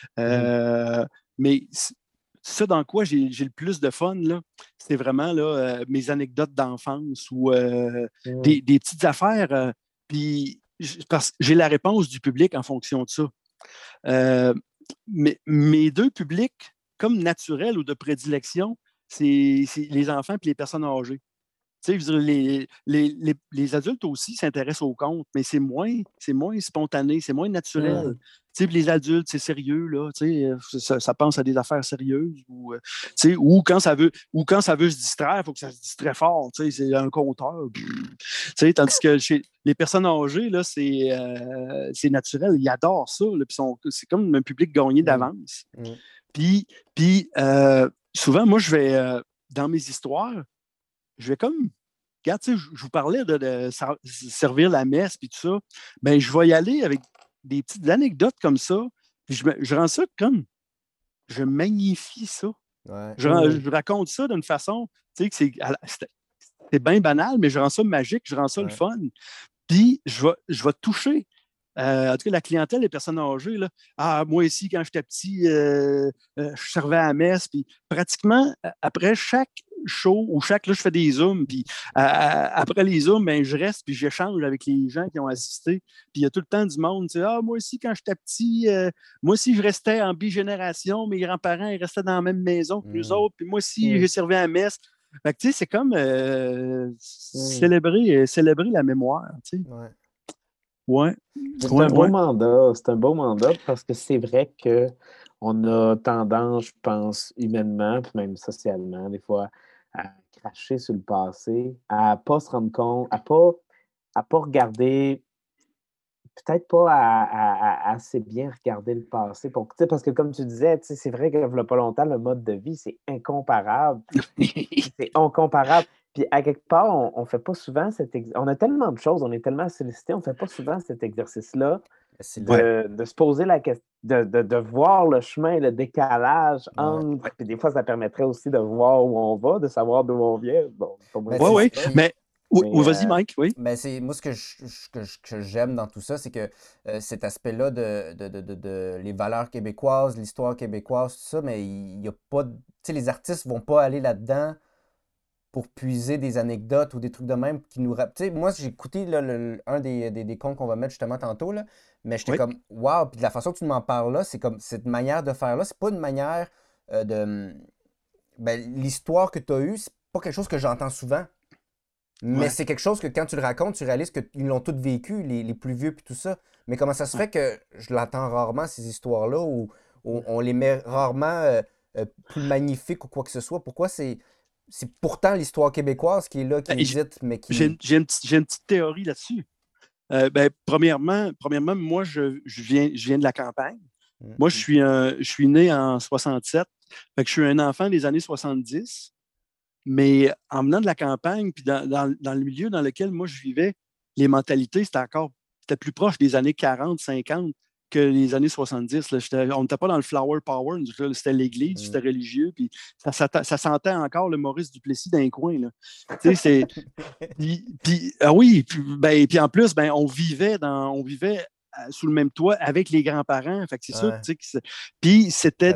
Mais ça dans quoi j'ai le plus de fun, là, c'est vraiment là, mes anecdotes d'enfance ou des petites affaires. Puis parce que j'ai la réponse du public en fonction de ça. Mais mes deux publics, comme naturels ou de prédilection, c'est les enfants et les personnes âgées. Tu sais, je veux dire, les adultes aussi s'intéressent aux contes, mais c'est moins spontané, c'est moins naturel. Tu sais, puis les adultes, c'est sérieux, là, tu sais, ça pense à des affaires sérieuses. Tu sais, ou quand ça veut se distraire, il faut que ça se distrait fort. Tu sais, c'est un conteur. Tu sais, tandis que chez les personnes âgées, là, c'est naturel. Ils adorent ça. Là, puis c'est comme un public gagné d'avance. Puis souvent, moi, je vais, dans mes histoires, je vais comme, regarde, tu sais, je vous parlais de servir la messe puis tout ça. Bien, je vais y aller avec des petites anecdotes comme ça. Puis je rends ça comme, je magnifie ça. Ouais. Je raconte ça d'une façon, tu sais, que c'est bien banal, mais je rends ça magique, je rends ça le fun. Puis je vais toucher. En tout cas, la clientèle des personnes âgées, là, moi ici, quand j'étais petit, je servais à la messe, puis pratiquement, après chaque show ou là, je fais des zooms, puis après les zooms, ben, je reste, puis j'échange avec les gens qui ont assisté, puis il y a tout le temps du monde, tu sais, moi aussi, quand j'étais petit, moi aussi, je restais en bigénération, mes grands-parents, ils restaient dans la même maison que nous autres, puis moi aussi, j'ai servi à la messe. Fait que, tu sais, c'est comme célébrer la mémoire, tu sais. Ouais. C'est un beau mandat. C'est un beau mandat parce que c'est vrai qu'on a tendance, je pense, humainement, puis même socialement, des fois, à cracher sur le passé, à ne pas se rendre compte, à pas regarder, peut-être pas à assez bien regarder le passé. Parce que comme tu disais, c'est vrai que il n'y a pas longtemps, le mode de vie, c'est incomparable. C'est incomparable. Puis à quelque part, on ne fait pas souvent on a tellement de choses, on est tellement sollicité, on ne fait pas souvent cet exercice-là de se poser la question, de voir le chemin, le décalage entre. Puis des fois, ça permettrait aussi de voir où on va, de savoir d'où on vient. Bon, oui. Mais vas-y, Mike, oui. Ben moi, ce que j'aime dans tout ça, c'est que cet aspect-là de les valeurs québécoises, l'histoire québécoise, tout ça, mais il n'y a pas. Tu sais, les artistes ne vont pas aller là-dedans pour puiser des anecdotes ou des trucs de même qui nous rappellent. Tu sais, moi, j'ai écouté là, un des contes qu'on va mettre justement tantôt, là, mais j'étais comme, waouh, puis de la façon que tu m'en parles là, c'est comme cette manière de faire là, c'est pas une manière de. Ben, l'histoire que tu as eue, c'est pas quelque chose que j'entends souvent. Mais c'est quelque chose que quand tu le racontes, tu réalises qu'ils l'ont toutes vécu, les plus vieux puis tout ça. Mais comment ça se fait que je l'entends rarement, ces histoires-là, où on les met rarement plus magnifiques ou quoi que ce soit? Pourquoi c'est pourtant l'histoire québécoise qui est là, qui est dite, mais qui... J'ai une petite théorie là-dessus. Premièrement, moi, je viens de la campagne. Moi, je suis né en 67. Fait que je suis un enfant des années 70. Mais en venant de la campagne, puis dans le milieu dans lequel moi je vivais, les mentalités, c'était plus proche des années 40, 50 que les années 70. Là. On n'était pas dans le flower power, c'était l'église, c'était religieux, puis ça sentait encore le Maurice Duplessis d'un coin. Là. Puis en plus, on vivait sous le même toit avec les grands-parents. Fait que c'est sûr, puis c'était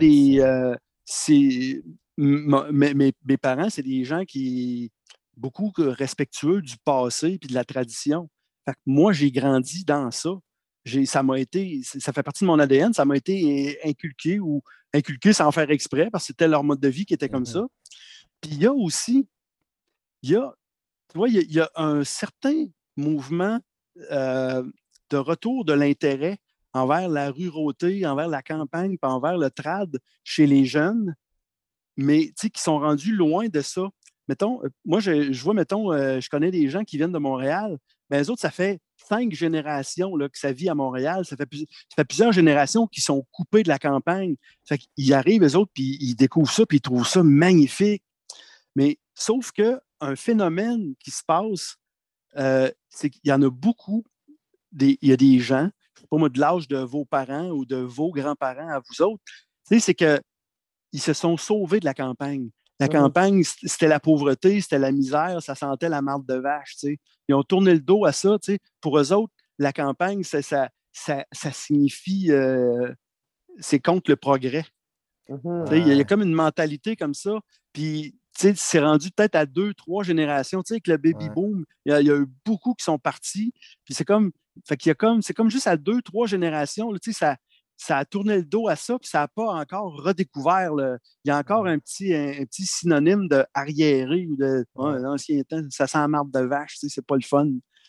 mes parents, c'est des gens qui beaucoup respectueux du passé et de la tradition. Fait que moi, j'ai grandi dans ça. Ça fait partie de mon ADN, ça m'a été inculqué sans faire exprès, parce que c'était leur mode de vie qui était comme ça. Puis il y a aussi, il y a un certain mouvement de retour de l'intérêt envers la rurauté, envers la campagne, puis envers le trad chez les jeunes, mais qui sont rendus loin de ça. Mettons, moi, je vois, je connais des gens qui viennent de Montréal, mais eux autres, ça fait 5 générations là, que ça vit à Montréal. Ça fait plusieurs générations qui sont coupés de la campagne. Fait qu'ils arrivent, eux autres, puis ils découvrent ça, puis ils trouvent ça magnifique. Mais sauf qu'un phénomène qui se passe, c'est qu'il y en a beaucoup. Il y a des gens, je ne sais pas moi, de l'âge de vos parents ou de vos grands-parents à vous autres, c'est qu'ils se sont sauvés de la campagne. La campagne, c'était la pauvreté, c'était la misère, ça sentait la marde de vache. T'sais. Ils ont tourné le dos à ça. T'sais. Pour eux autres, la campagne, ça signifie c'est contre le progrès. Il y a comme une mentalité comme ça. Puis, c'est rendu peut-être à 2-3 générations. Avec le baby boom, il y a eu beaucoup qui sont partis. Puis c'est comme juste à 2-3 générations, là, ça a tourné le dos à ça, puis ça n'a pas encore redécouvert. Il y a encore un petit synonyme de arriéré ou de l'ancien temps. Ça sent la marde de vache, c'est pas le fun.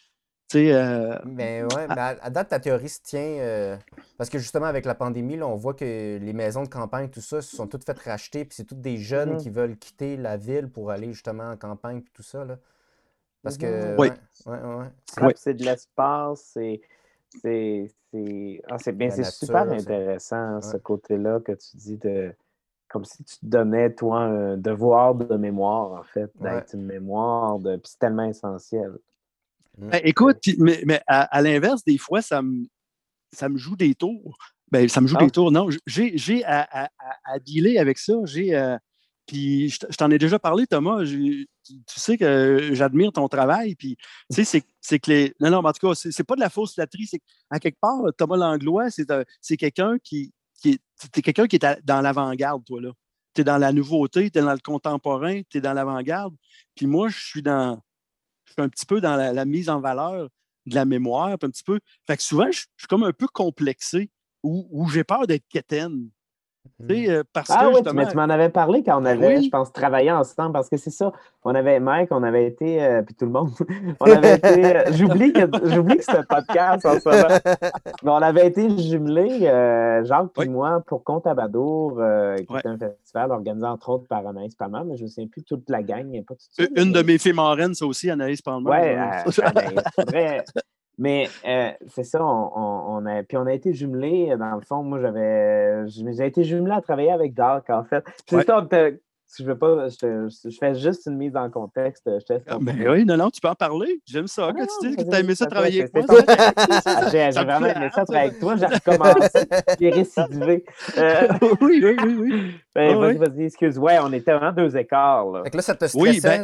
Mais ouais, mais à date, ta théorie se tient. Parce que justement, avec la pandémie, là, on voit que les maisons de campagne, tout ça, se sont toutes faites racheter, puis c'est toutes des jeunes qui veulent quitter la ville pour aller justement en campagne, puis tout ça, là. Parce que, c'est de l'espace, c'est super intéressant, ce côté-là que tu dis comme si tu te donnais, toi, un devoir de mémoire, en fait, d'être une mémoire, puis c'est tellement essentiel. Ben, écoute, mais à l'inverse, des fois, ça me joue des tours. Ben, ça me joue des tours. Non, j'ai à dealer avec ça. Puis je t'en ai déjà parlé, Thomas. Tu sais que j'admire ton travail. Puis tu sais, c'est que non, mais en tout cas, c'est pas de la fausse flatterie. C'est qu'à quelque part, Thomas Langlois, c'est quelqu'un t'es quelqu'un qui est dans l'avant-garde, toi, là. Tu es dans la nouveauté, tu es dans le contemporain, tu es dans l'avant-garde. Puis moi, je suis un petit peu dans la mise en valeur de la mémoire, un petit peu. Fait que souvent, je suis comme un peu complexé ou j'ai peur d'être quétaine. Parce que justement... mais tu m'en avais parlé quand on avait, je pense, travaillé ensemble, parce que c'est ça, Mike, on avait été, puis tout le monde, on avait été, j'oublie que c'est un podcast en ce moment, mais on avait été jumelés, Jacques et moi, pour Contabadour, qui est un festival organisé entre autres par Anaïs Palmer, mais je ne me souviens plus toute la gang. Pas tout ça, une de mes filles marraines, c'est aussi Anaïs Palmer. Oui, Anaïs, faudrait... Mais c'est ça, on a été jumelés, dans le fond, moi j'ai été jumelé à travailler avec Dark, en fait. C'est ça, je fais juste une mise en contexte. Ben oui, non, tu peux en parler. J'aime ça, que tu dis que tu as aimé ça travailler avec moi. J'ai vraiment aimé ça travailler avec toi, j'ai recommencé, j'ai récidivé. Oui. Ben, vas-y, excuse. Ouais, on était vraiment 2 écarts. Là. Fait que là, ça te stressait?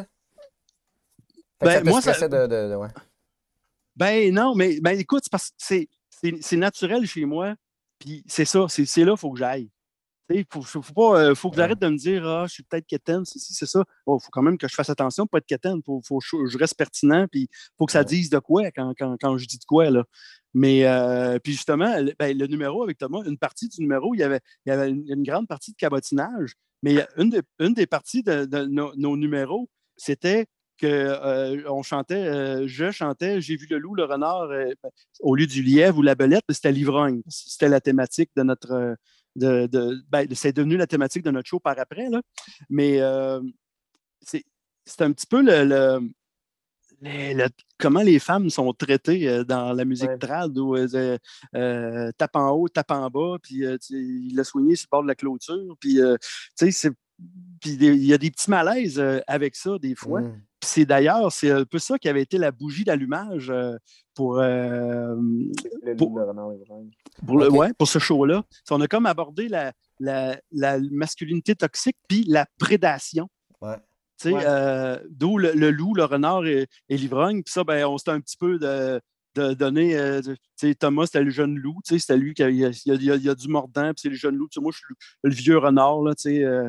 Moi, ça te stressait ouais. Ben non, mais écoute, c'est parce que c'est naturel chez moi, puis c'est ça, c'est là qu'il faut que j'aille. Il faut que j'arrête de me dire je suis peut-être quétaine, c'est ça. Il faut quand même que je fasse attention pour pas être quétaine. Faut que je reste pertinent, puis il faut que ça dise de quoi quand je dis de quoi. Là. Mais puis justement, le numéro avec Thomas, une partie du numéro, il y avait une grande partie de cabotinage, mais une des parties de nos numéros, c'était je chantais J'ai vu le loup, le renard, au lieu du lièvre ou la belette, c'était l'ivrogne. C'était la thématique de notre. C'est devenu la thématique de notre show par après. Là. Mais c'est un petit peu comment les femmes sont traitées dans la musique trad, où tape en haut, tape en bas, puis il l'a soigné sur le bord de la clôture. Puis, il y a des petits malaises avec ça, des fois. Puis c'est un peu ça qui avait été la bougie d'allumage pour ce show-là. On a comme abordé la masculinité toxique puis la prédation. D'où le loup, le renard et l'ivrogne. Puis ça, on s'était un petit peu de donner. Thomas, c'était le jeune loup. C'était lui qui a du mordant, puis c'est le jeune loup. Moi, je suis le vieux renard. Là,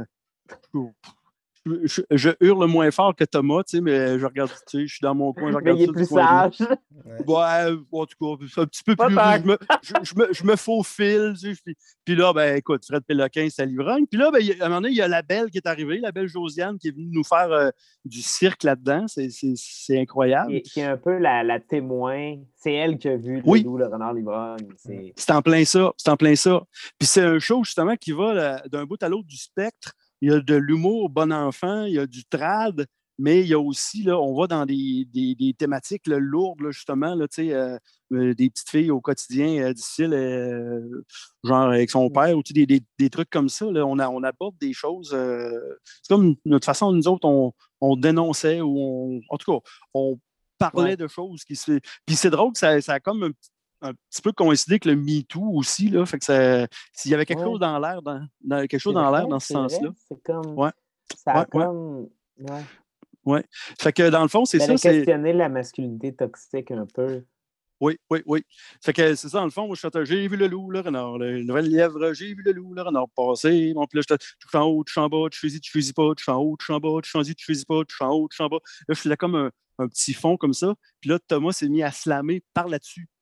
je hurle moins fort que Thomas, mais je regarde, je suis dans mon coin. Je regarde mais il est plus sage. En tout cas, c'est un petit peu plus. Je me faufile. Puis là, écoute, Fred Péloquin, c'est l'ivrogne. Puis là, à un moment donné, il y a la belle qui est arrivée, la belle Josiane, qui est venue nous faire du cirque là-dedans. C'est incroyable. Qui est un peu la témoin. C'est elle qui a vu le loup, le renard, l'ivrogne. C'est en plein ça. Puis c'est un show, justement, qui va d'un bout à l'autre du spectre. Il y a de l'humour bon enfant, il y a du trad, mais il y a aussi, là, on va dans des thématiques là, lourdes, là, justement, là, des petites filles au quotidien difficiles, genre avec son père, ou des trucs comme ça. Là, on aborde des choses. C'est comme notre façon, nous autres, on dénonçait, ou en tout cas, on parlait de choses qui se... Puis c'est drôle que ça a comme un petit peu coïncidé avec le MeToo aussi, là, fait que s'il y avait quelque chose dans l'air, quelque chose dans l'air dans ce sens-là. C'est comme... Ça a comme... Ouais. Fait que dans le fond, c'est ça. Questionner la masculinité toxique un peu. Oui. Fait que c'est ça, dans le fond, moi, je chantais J'ai vu le loup, le renard, le nouvelle lièvre, j'ai vu le loup, le renard passer. Bon, puis là, je touche en haut, touche en bas, tu fais pas, touche en haut, touche en bas, tu fais pas, touche en haut, touche en bas. Là, je faisais comme un petit fond comme ça. Puis là, Thomas s'est mis à slammer par là-dessus.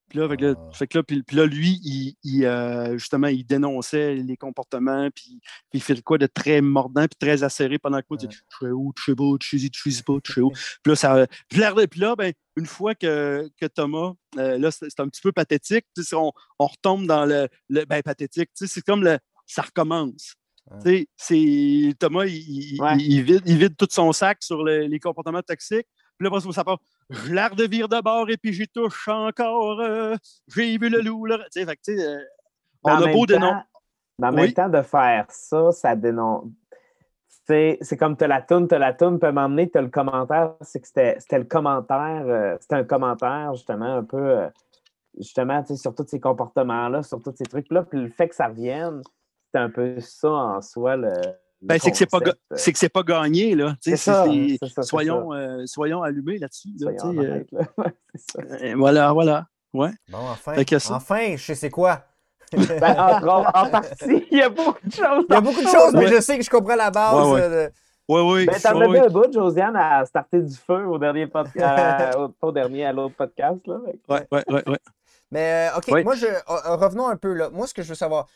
Puis là, puis là, lui, justement, il dénonçait les comportements, puis il fait quoi de très mordant, puis très acéré pendant que moi, tu sais, je suis où, je sais pas, je suis pas, je sais où. Puis là, ben, une fois que Thomas, là, c'est un petit peu pathétique, tu sais, on retombe dans ben, pathétique, tu sais, c'est comme ça recommence. Tu sais, Thomas, il vide tout son sac sur les comportements toxiques. Puis là, ça part. Je la redevire de bord et puis j'y touche encore. J'ai vu le loup. Tu sais, on a beau dénoncer. Mais en même temps, de faire ça, ça dénonce. C'est comme t'as la toune, puis à un moment donné, t'as le commentaire. C'est que c'était le commentaire. C'était un commentaire, justement, un peu. Justement, tu sais, sur tous ces comportements-là, sur tous ces trucs-là. Puis le fait que ça revienne, c'est un peu ça en soi, ben, c'est que c'est pas gagné, là. C'est ça. Soyons allumés là-dessus. Là, honnêtes, là. Voilà. Ouais. Bon, enfin, je sais c'est quoi. Ben, en partie, il y a beaucoup de choses. Il y a beaucoup de choses, mais je sais que je comprends la base. Oui. Ben, t'en as vu un bout, Josiane, à starter du feu au dernier podcast, à l'autre podcast. Là. Ouais. Mais, OK, moi, revenons un peu, là. Moi, ce que je veux savoir,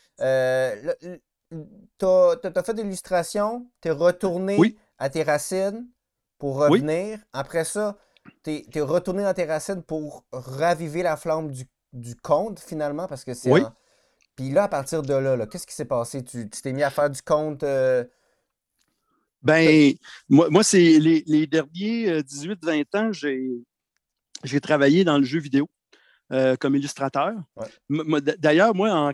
t'as fait de l'illustration, t'es retourné à tes racines pour revenir. Après ça, t'es retourné dans tes racines pour raviver la flamme du conte, finalement, parce que c'est... Puis là, à partir de là, qu'est-ce qui s'est passé? Tu t'es mis à faire du conte... Ben, moi c'est les derniers 18-20 ans, j'ai travaillé dans le jeu vidéo comme illustrateur. D'ailleurs, moi, en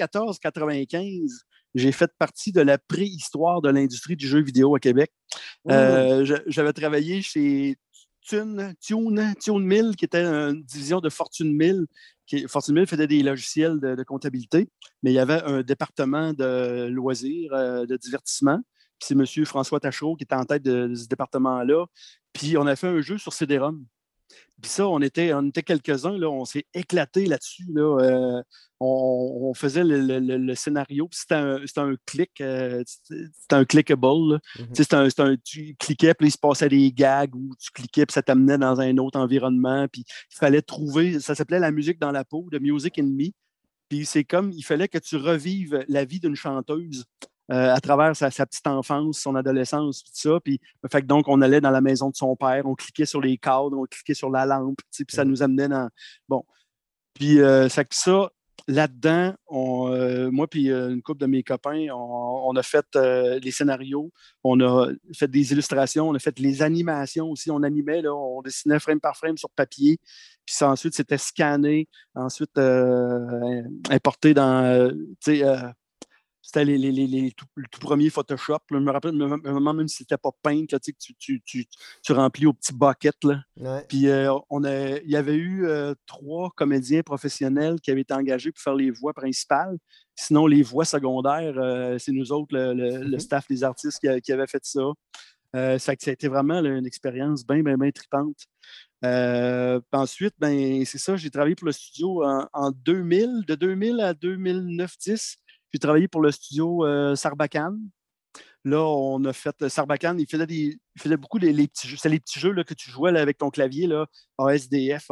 94-95, j'ai fait partie de la préhistoire de l'industrie du jeu vidéo à Québec. J'avais travaillé chez Tune Mill, qui était une division de Fortune Mill. Fortune Mill faisait des logiciels de comptabilité, mais il y avait un département de loisirs, de divertissement. Puis c'est M. François Tachereau qui était en tête de ce département-là. Puis on a fait un jeu sur CD-ROM. Puis ça, on était quelques-uns, là, on s'est éclaté là-dessus. Là. On faisait le scénario, puis c'était un click, c'était un clickable. Tu cliquais, puis il se passait des gags, ou tu cliquais, puis ça t'amenait dans un autre environnement. Puis il fallait trouver, ça s'appelait La musique dans la peau, de Music in Me. Puis c'est comme, il fallait que tu revives la vie d'une chanteuse. À travers sa petite enfance, son adolescence, tout ça. Puis, fait que donc, on allait dans la maison de son père, on cliquait sur les cadres, on cliquait sur la lampe, puis ça nous amenait dans... Bon. Puis, c'est que ça, là-dedans, moi puis une couple de mes copains, on a fait les scénarios, on a fait des illustrations, on a fait les animations aussi. On animait, là, on dessinait frame par frame sur papier. Puis ça, ensuite, c'était scanné, ensuite importé dans... c'était le tout premier Photoshop. Là. Je me rappelle, même si c'était pas Paint, là, que tu remplis au petit bucket. Là. Ouais. Puis il y avait eu 3 comédiens professionnels qui avaient été engagés pour faire les voix principales. Sinon, les voix secondaires, c'est nous autres, le staff des artistes qui avaient fait ça. Ça a été vraiment là, une expérience bien tripante. Ensuite, ben, c'est ça, j'ai travaillé pour le studio en 2000, de 2000 à 2009-10. J'ai travaillé pour le studio Sarbacane. Là, on a fait Sarbacane. Il faisait beaucoup les petits jeux. C'est les petits jeux là, que tu jouais là, avec ton clavier. Là, ASDF,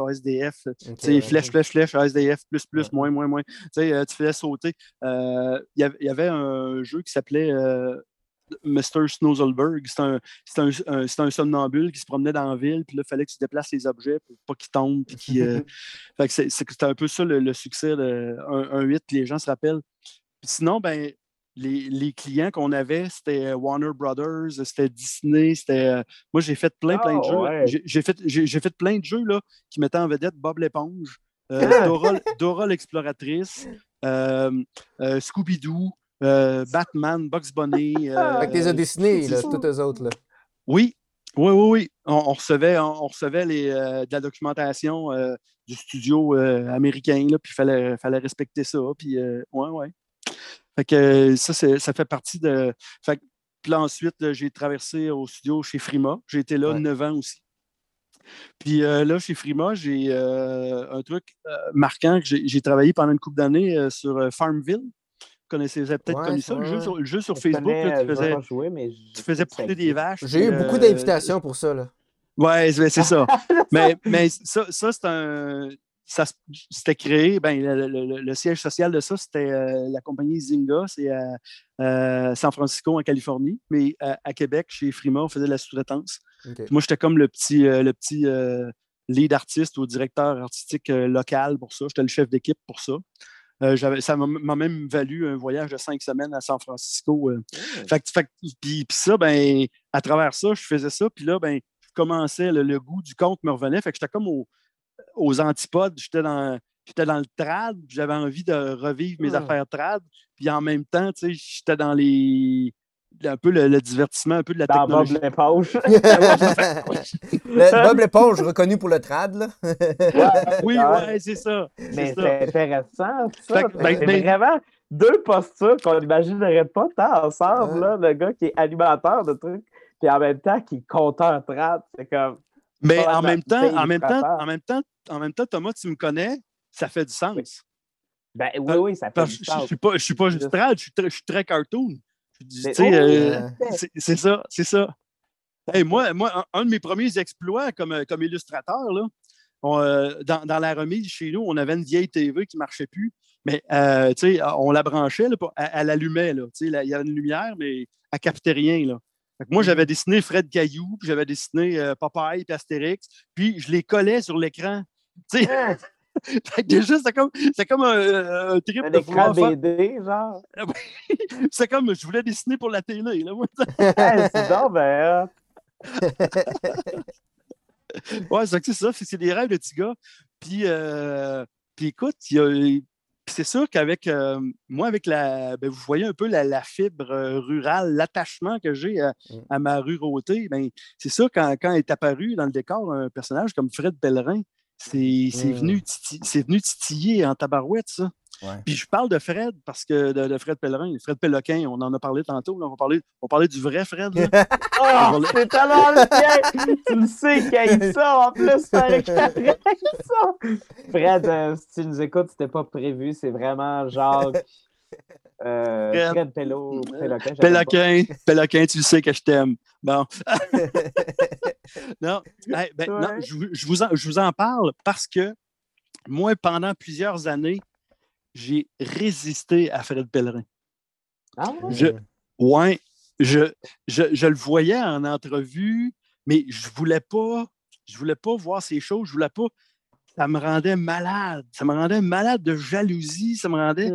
flèche, ASDF, plus, moins. Tu faisais sauter. Il y avait un jeu qui s'appelait Mr. Snozelberg. C'est un somnambule qui se promenait dans la ville. Puis là, il fallait que tu déplaces les objets pour pas qu'ils tombent. Puis fait que c'était un peu ça le succès de 1.8. Les gens se rappellent. Sinon, ben, les clients qu'on avait, c'était Warner Brothers, c'était Disney, moi, j'ai fait plein de jeux. Ouais. J'ai fait plein de jeux là, qui mettaient en vedette Bob l'éponge, Dora l'exploratrice, Scooby-Doo, Batman, Bugs Bunny. Fait que t'es dessinés, là, tous eux autres. Là. Oui. On recevait de la documentation du studio américain, là, puis il fallait respecter ça. Puis, ouais. Fait que ça fait partie de. Fait que, puis là, ensuite, j'ai traversé au studio chez Frima. J'ai été là 9 ans aussi. Puis là, chez Frima, j'ai un truc marquant que j'ai travaillé pendant une couple d'années sur Farmville. Vous avez peut-être connu ça, le jeu sur Facebook. Là, tu faisais pousser des vaches. J'ai eu beaucoup d'invitations pour ça. Là. Ouais, c'est ça. mais ça c'est un. c'était créé, le siège social de ça, c'était la compagnie Zynga, c'est à San Francisco, en Californie. Mais à Québec, chez Frima, on faisait de la sous-traitance. OK. Moi, j'étais comme le petit lead artiste ou directeur artistique local pour ça. J'étais le chef d'équipe pour ça. Ça m'a même valu un voyage de 5 semaines à San Francisco. Puis ça, à travers ça, je faisais ça. Puis là, je commençais, le goût du conte me revenait. Fait que j'étais comme aux antipodes. J'étais dans le trad. J'avais envie de revivre mes affaires trad. Puis en même temps, tu sais, j'étais dans un peu le divertissement, un peu de la technologie. Bob l'éponge. Bob l'éponge, reconnu pour le trad, là. Oui, c'est ça. Mais c'est intéressant, ça. Fait que, C'est vraiment deux postures qu'on n'imaginerait pas tant ensemble, là, le gars qui est animateur de trucs, puis en même temps qui est conteur trad. C'est comme. Mais en même temps, Thomas, tu me connais, ça fait du sens. Oui, ça fait du sens. Je suis pas juste trad, je suis très cartoon. C'est ça. Hey, moi, un de mes premiers exploits comme illustrateur, là, dans la remise chez nous, on avait une vieille TV qui ne marchait plus, mais on la branchait, là, elle allumait. Il y avait une lumière, mais elle ne captait rien. Là. Fait que moi, j'avais dessiné Fred Caillou, puis j'avais dessiné Popeye et Astérix, puis je les collais sur l'écran. Fait que déjà, c'est comme un trip un de écran vouloir BD, genre. C'est comme je voulais dessiner pour la télé. Là, moi. C'est donc, ouais, c'est ça. C'est des rêves de petits gars. Puis écoute, c'est sûr qu'avec moi, avec vous voyez un peu la fibre rurale, l'attachement que j'ai à ma rurauté. C'est ça, quand est apparu dans le décor un personnage comme Fred Pellerin, c'est venu titiller en tabarouette, ça. Ouais. Puis je parle de Fred parce que de Fred Pellerin, Fred Pellequin, on en a parlé tantôt. Là, on parlait du vrai Fred. Oh, c'est tellement le tien! Tu le sais qu'il y a ça en plus, ça. Fred, si tu nous écoutes, c'était pas prévu, c'est vraiment Jacques. Fred Pellequin, tu le sais que je t'aime. Bon. Non, non, je vous en parle parce que moi, pendant plusieurs années, j'ai résisté à Fred Pellerin. Ah ouais? Je le voyais en entrevue, mais je voulais pas voir ces choses. Je voulais pas. Ça me rendait malade. Ça me rendait malade de jalousie. Ça me rendait.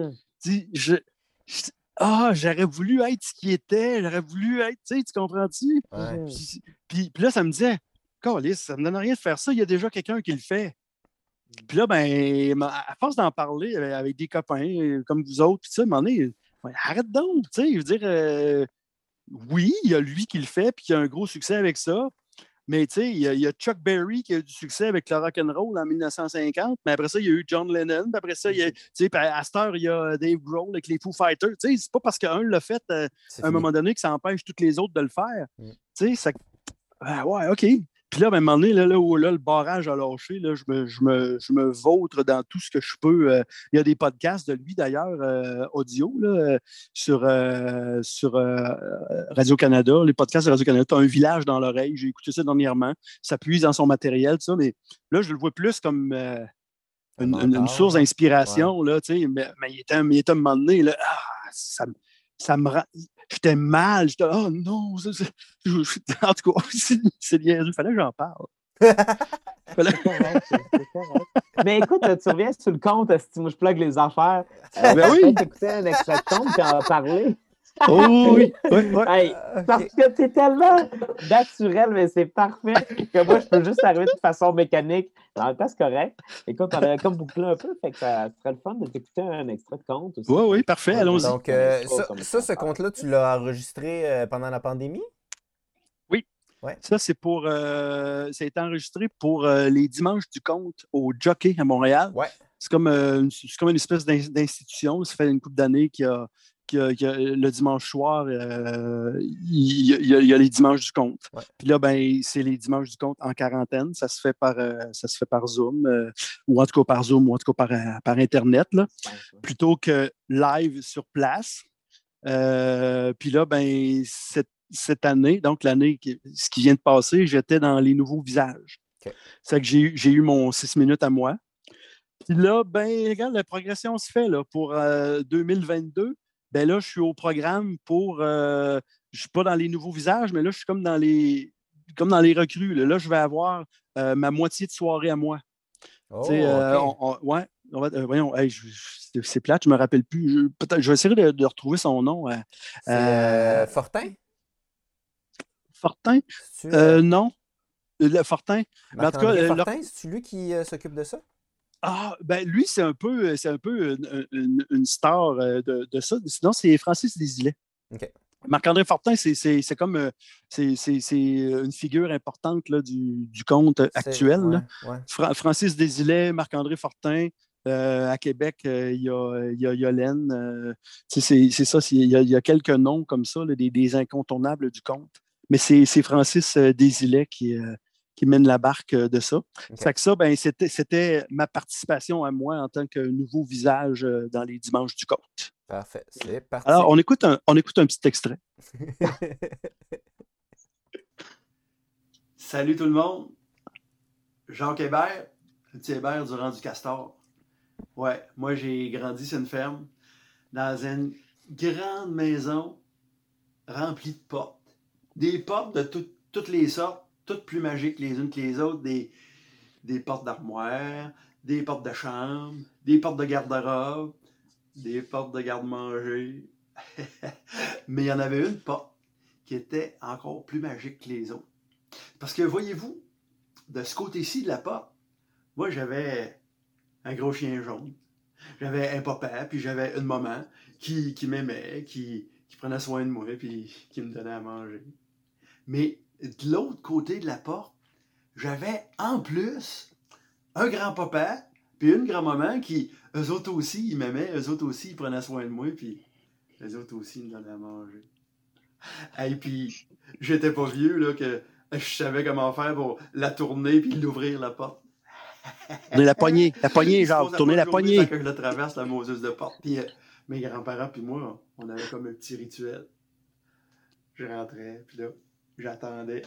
J'aurais voulu être ce qu'il était. J'aurais voulu être. Tu comprends-tu? Ouais. Puis là, ça me disait, câlisse, ça me donne rien de faire ça. Il y a déjà quelqu'un qui le fait. Puis là, à force d'en parler avec des copains comme vous autres, puis ça, à un moment donné, arrête donc, tu sais, je veux dire, oui, il y a lui qui le fait, puis il y a un gros succès avec ça, mais tu sais, il y a Chuck Berry qui a eu du succès avec le rock'n'roll en 1950, mais après ça, il y a eu John Lennon, puis après ça, tu sais, à cette heure, il y a Dave Grohl avec les Foo Fighters, tu sais, c'est pas parce qu'un l'a fait à un moment donné que ça empêche toutes les autres de le faire, tu sais, ça... ouais, OK. Puis là, à un moment donné, là, le barrage a lâché, là, je me vautre dans tout ce que je peux. Il y a des podcasts de lui, d'ailleurs, audio, là, sur Radio-Canada. Les podcasts de Radio-Canada, tu as un village dans l'oreille. J'ai écouté ça dernièrement. Ça puise dans son matériel, ça, mais là, je le vois plus comme une source d'inspiration. Ouais. Là, mais il était à un moment donné, là, ça me rend... J'étais mal. J'étais, oh non. En tout cas, c'est lié. Il fallait que j'en parle. C'est correct. Mais écoute, tu reviens sur le compte, si moi je plug les affaires. Oui. T'écouter un extrait de compte et en parler. Oh oui. Hey, parce que t'es tellement naturel, mais c'est parfait que moi, je peux juste arriver de façon mécanique. En même temps, c'est correct. Écoute, on a comme bouclé un peu, fait que ça serait le fun de t'écouter un extrait de compte aussi. Oui, parfait, allons-y. Donc, ce compte-là, tu l'as enregistré pendant la pandémie? Oui. Ouais. Ça, c'est pour... ça a été enregistré pour les dimanches du conte au Jockey à Montréal. Ouais. C'est comme une espèce d'institution. Ça fait une couple d'années qu'il y a le dimanche soir, il y a les dimanches du conte. Ouais. Puis là, c'est les dimanches du conte en quarantaine. Ça se fait par Zoom, ou en tout cas par Zoom, ou en tout cas par Internet, là, plutôt que live sur place. Puis là, cette année, donc ce qui vient de passer, j'étais dans les nouveaux visages. Okay. C'est que j'ai eu mon 6 minutes à moi. Puis là, ben, regarde, la progression se fait là, pour 2022. Ben là, je suis au programme pour. Je ne suis pas dans les nouveaux visages, mais là, je suis comme dans les recrues. Là, je vais avoir ma moitié de soirée à moi. Oh, Tu sais, OK. ouais, voyons, hey, c'est plate, je ne me rappelle plus. Peut-être, je vais essayer de retrouver son nom. C'est Euh, Fortin? Fortin? C'est-tu Non, le Fortin. Mais en tout cas, Marc-André Fortin? C'est-tu lui qui s'occupe de ça? ben lui, c'est un peu une star de ça. Sinon, c'est Francis Desilets. OK. Marc-André Fortin, c'est comme c'est une figure importante là, du conte actuel. Là. Ouais, ouais. Francis Desilets, Marc-André Fortin. À Québec, il y a Yolène. C'est ça, il y a quelques noms comme ça, là, des incontournables du conte. Mais c'est Francis Desilets qui mène la barque de ça. OK. Fait que ça, ben, c'était ma participation à moi en tant que nouveau visage dans les Dimanches du Conte. Parfait. C'est parti. Alors, on écoute un petit extrait. Salut tout le monde. Jacques Hébert, le petit Hébert du rang du Castor. Ouais, moi j'ai grandi sur une ferme, dans une grande maison remplie de portes. Des portes de toutes les sortes, toutes plus magiques les unes que les autres. Des portes d'armoire, des portes de chambre, des portes de garde-robe, des portes de garde-manger. Mais il y en avait une porte qui était encore plus magique que les autres. Parce que voyez-vous, de ce côté-ci de la porte, moi j'avais un gros chien jaune. J'avais un papa, puis j'avais une maman qui m'aimait, qui prenait soin de moi, puis qui me donnait à manger. Mais de l'autre côté de la porte, j'avais en plus un grand-papa, puis une grand-maman qui, eux autres aussi, ils m'aimaient, eux autres aussi, ils prenaient soin de moi, puis eux autres aussi, ils me donnaient à manger. Et puis, j'étais pas vieux, là, que je savais comment faire pour la tourner, puis l'ouvrir, la porte. Tourner la poignée, genre, tourner la poignée. Que je le traverse, la Moses de porte. Puis mes grands-parents puis moi, on avait comme un petit rituel. Je rentrais, puis là, j'attendais.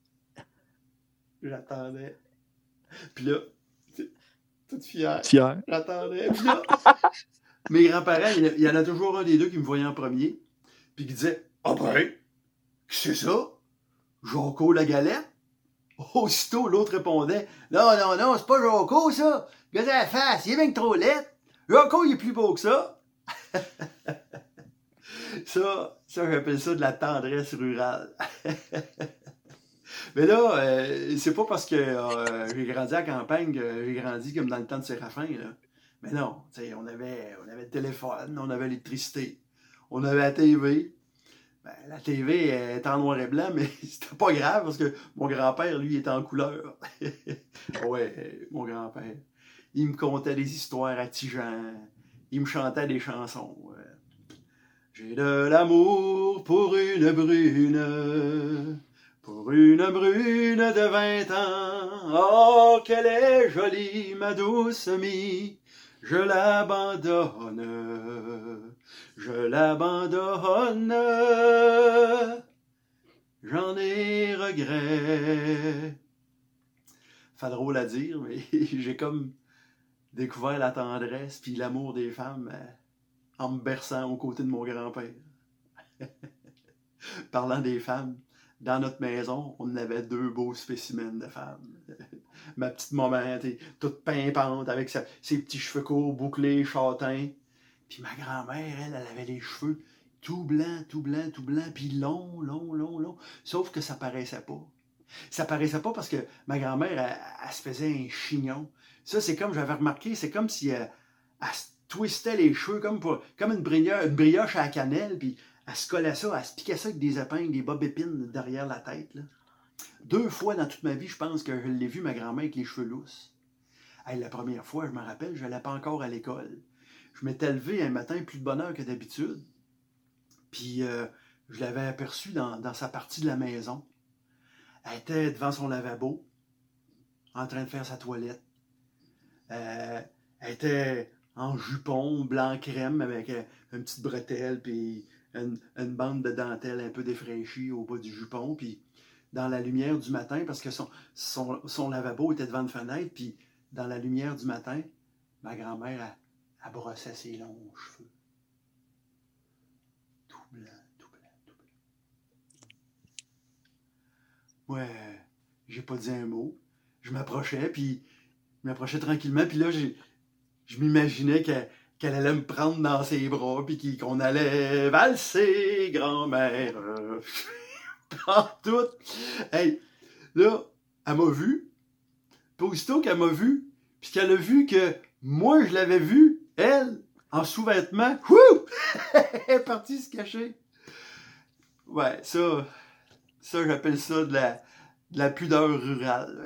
Puis là, toute fière. J'attendais. Puis là, mes grands-parents, il y en a toujours un des deux qui me voyait en premier, puis qui disait « Ah ben, c'est ça? Jocko la galette? » Aussitôt, l'autre répondait « Non, c'est pas Jocko, ça! Regarde la face, il est bien trop laid! Jocko, il est plus beau que ça! » Ça, j'appelle ça de la tendresse rurale. Mais là, c'est pas parce que j'ai grandi à la campagne que j'ai grandi comme dans le temps de Séraphin, là. Mais non, on avait le téléphone, on avait l'électricité, on avait la TV. Ben, la TV est en noir et blanc, mais c'était pas grave parce que mon grand-père, lui, était en couleur. Ouais, mon grand-père. Il me contait des histoires à Tijan. Il me chantait des chansons. J'ai de l'amour pour une brune de 20 ans. Oh, qu'elle est jolie, ma douce amie. Je l'abandonne. J'en ai regret. Fait drôle à dire, mais j'ai comme découvert la tendresse puis l'amour des femmes en me berçant aux côtés de mon grand-père. Parlant des femmes, dans notre maison, on avait 2 beaux spécimens de femmes. Ma petite maman, toute pimpante, avec ses petits cheveux courts, bouclés, châtains. Puis ma grand-mère, elle avait les cheveux tout blancs, puis long. Sauf que ça paraissait pas. Ça paraissait pas parce que ma grand-mère, elle se faisait un chignon. Ça, c'est comme, j'avais remarqué, c'est comme si elle se twistait les cheveux comme une brioche à la cannelle, puis elle se collait ça, elle se piquait ça avec des épingles, des bob-épines derrière la tête, là. 2 fois dans toute ma vie, je pense que je l'ai vu, ma grand-mère, avec les cheveux lousses. Hey, la première fois, je me rappelle, je n'allais pas encore à l'école. Je m'étais levé un matin plus de bonne heure que d'habitude. Puis, je l'avais aperçue dans sa partie de la maison. Elle était devant son lavabo, en train de faire sa toilette. Elle était en jupon blanc crème avec une petite bretelle, puis une bande de dentelle un peu défraîchie au bas du jupon, puis dans la lumière du matin, parce que son lavabo était devant une fenêtre, puis dans la lumière du matin, ma grand-mère, elle brossait ses longs cheveux. Tout blanc, tout blanc, tout blanc. Moi, j'ai pas dit un mot. Je m'approchais, puis je m'approchais tranquillement, puis là, je m'imaginais qu'elle allait me prendre dans ses bras, puis qu'on allait valser, grand-mère. Tout. Hey, là, elle m'a vu. Puis aussitôt qu'elle m'a vu, puis qu'elle a vu que moi, je l'avais vue, elle, en sous-vêtements, wouh! Elle est partie se cacher. Ouais, ça j'appelle ça de la pudeur rurale.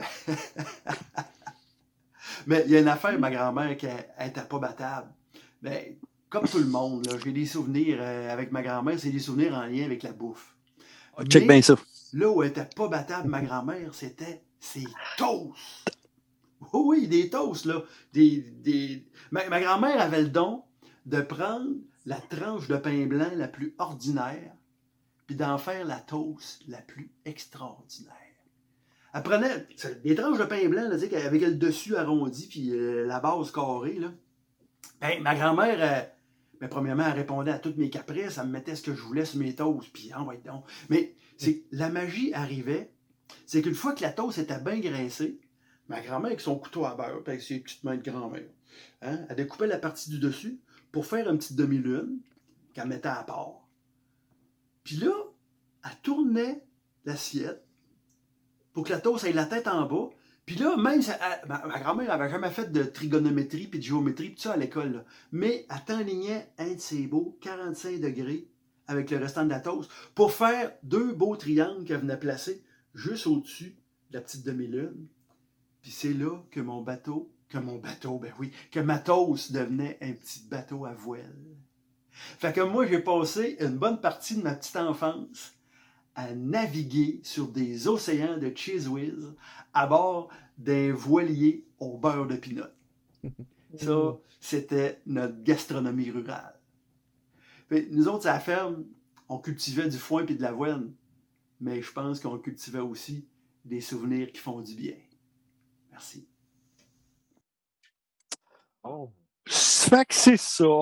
Mais il y a une affaire, ma grand-mère, qu'elle n'était pas battable. Mais comme tout le monde, là, j'ai des souvenirs avec ma grand-mère, c'est des souvenirs en lien avec la bouffe. Check bien ça. Là où elle n'était pas battable, ma grand-mère, c'était ses toasts. Oui, des toasts, là. Ma grand-mère avait le don de prendre la tranche de pain blanc la plus ordinaire puis d'en faire la toast la plus extraordinaire. Elle prenait des tranches de pain blanc là, avec le dessus arrondi puis la base carrée. Là. Ben, ma grand-mère, premièrement, elle répondait à toutes mes caprices, elle me mettait ce que je voulais sur mes toasts, puis envoie donc. Mais la magie arrivait, c'est qu'une fois que la toast était bien graissée, ma grand-mère, avec son couteau à beurre, avec ses petites mains de grand-mère, hein, elle découpait la partie du dessus pour faire une petite demi-lune qu'elle mettait à part. Puis là, elle tournait l'assiette pour que la toast ait la tête en bas. Puis là, même, ma grand-mère n'avait jamais fait de trigonométrie puis de géométrie, tout ça à l'école. Là. Mais elle t'enlignait un de ses beaux 45 degrés avec le restant de la toast pour faire 2 beaux triangles qu'elle venait placer juste au-dessus de la petite demi-lune. Puis c'est là que que ma toast devenait un petit bateau à voile. Fait que moi, j'ai passé une bonne partie de ma petite enfance à naviguer sur des océans de Cheez Whiz à bord d'un voilier au beurre de pinot. Ça, c'était notre gastronomie rurale. Puis, nous autres, à la ferme, on cultivait du foin et de l'avoine, mais je pense qu'on cultivait aussi des souvenirs qui font du bien. Merci. Oh. Fait que c'est ça.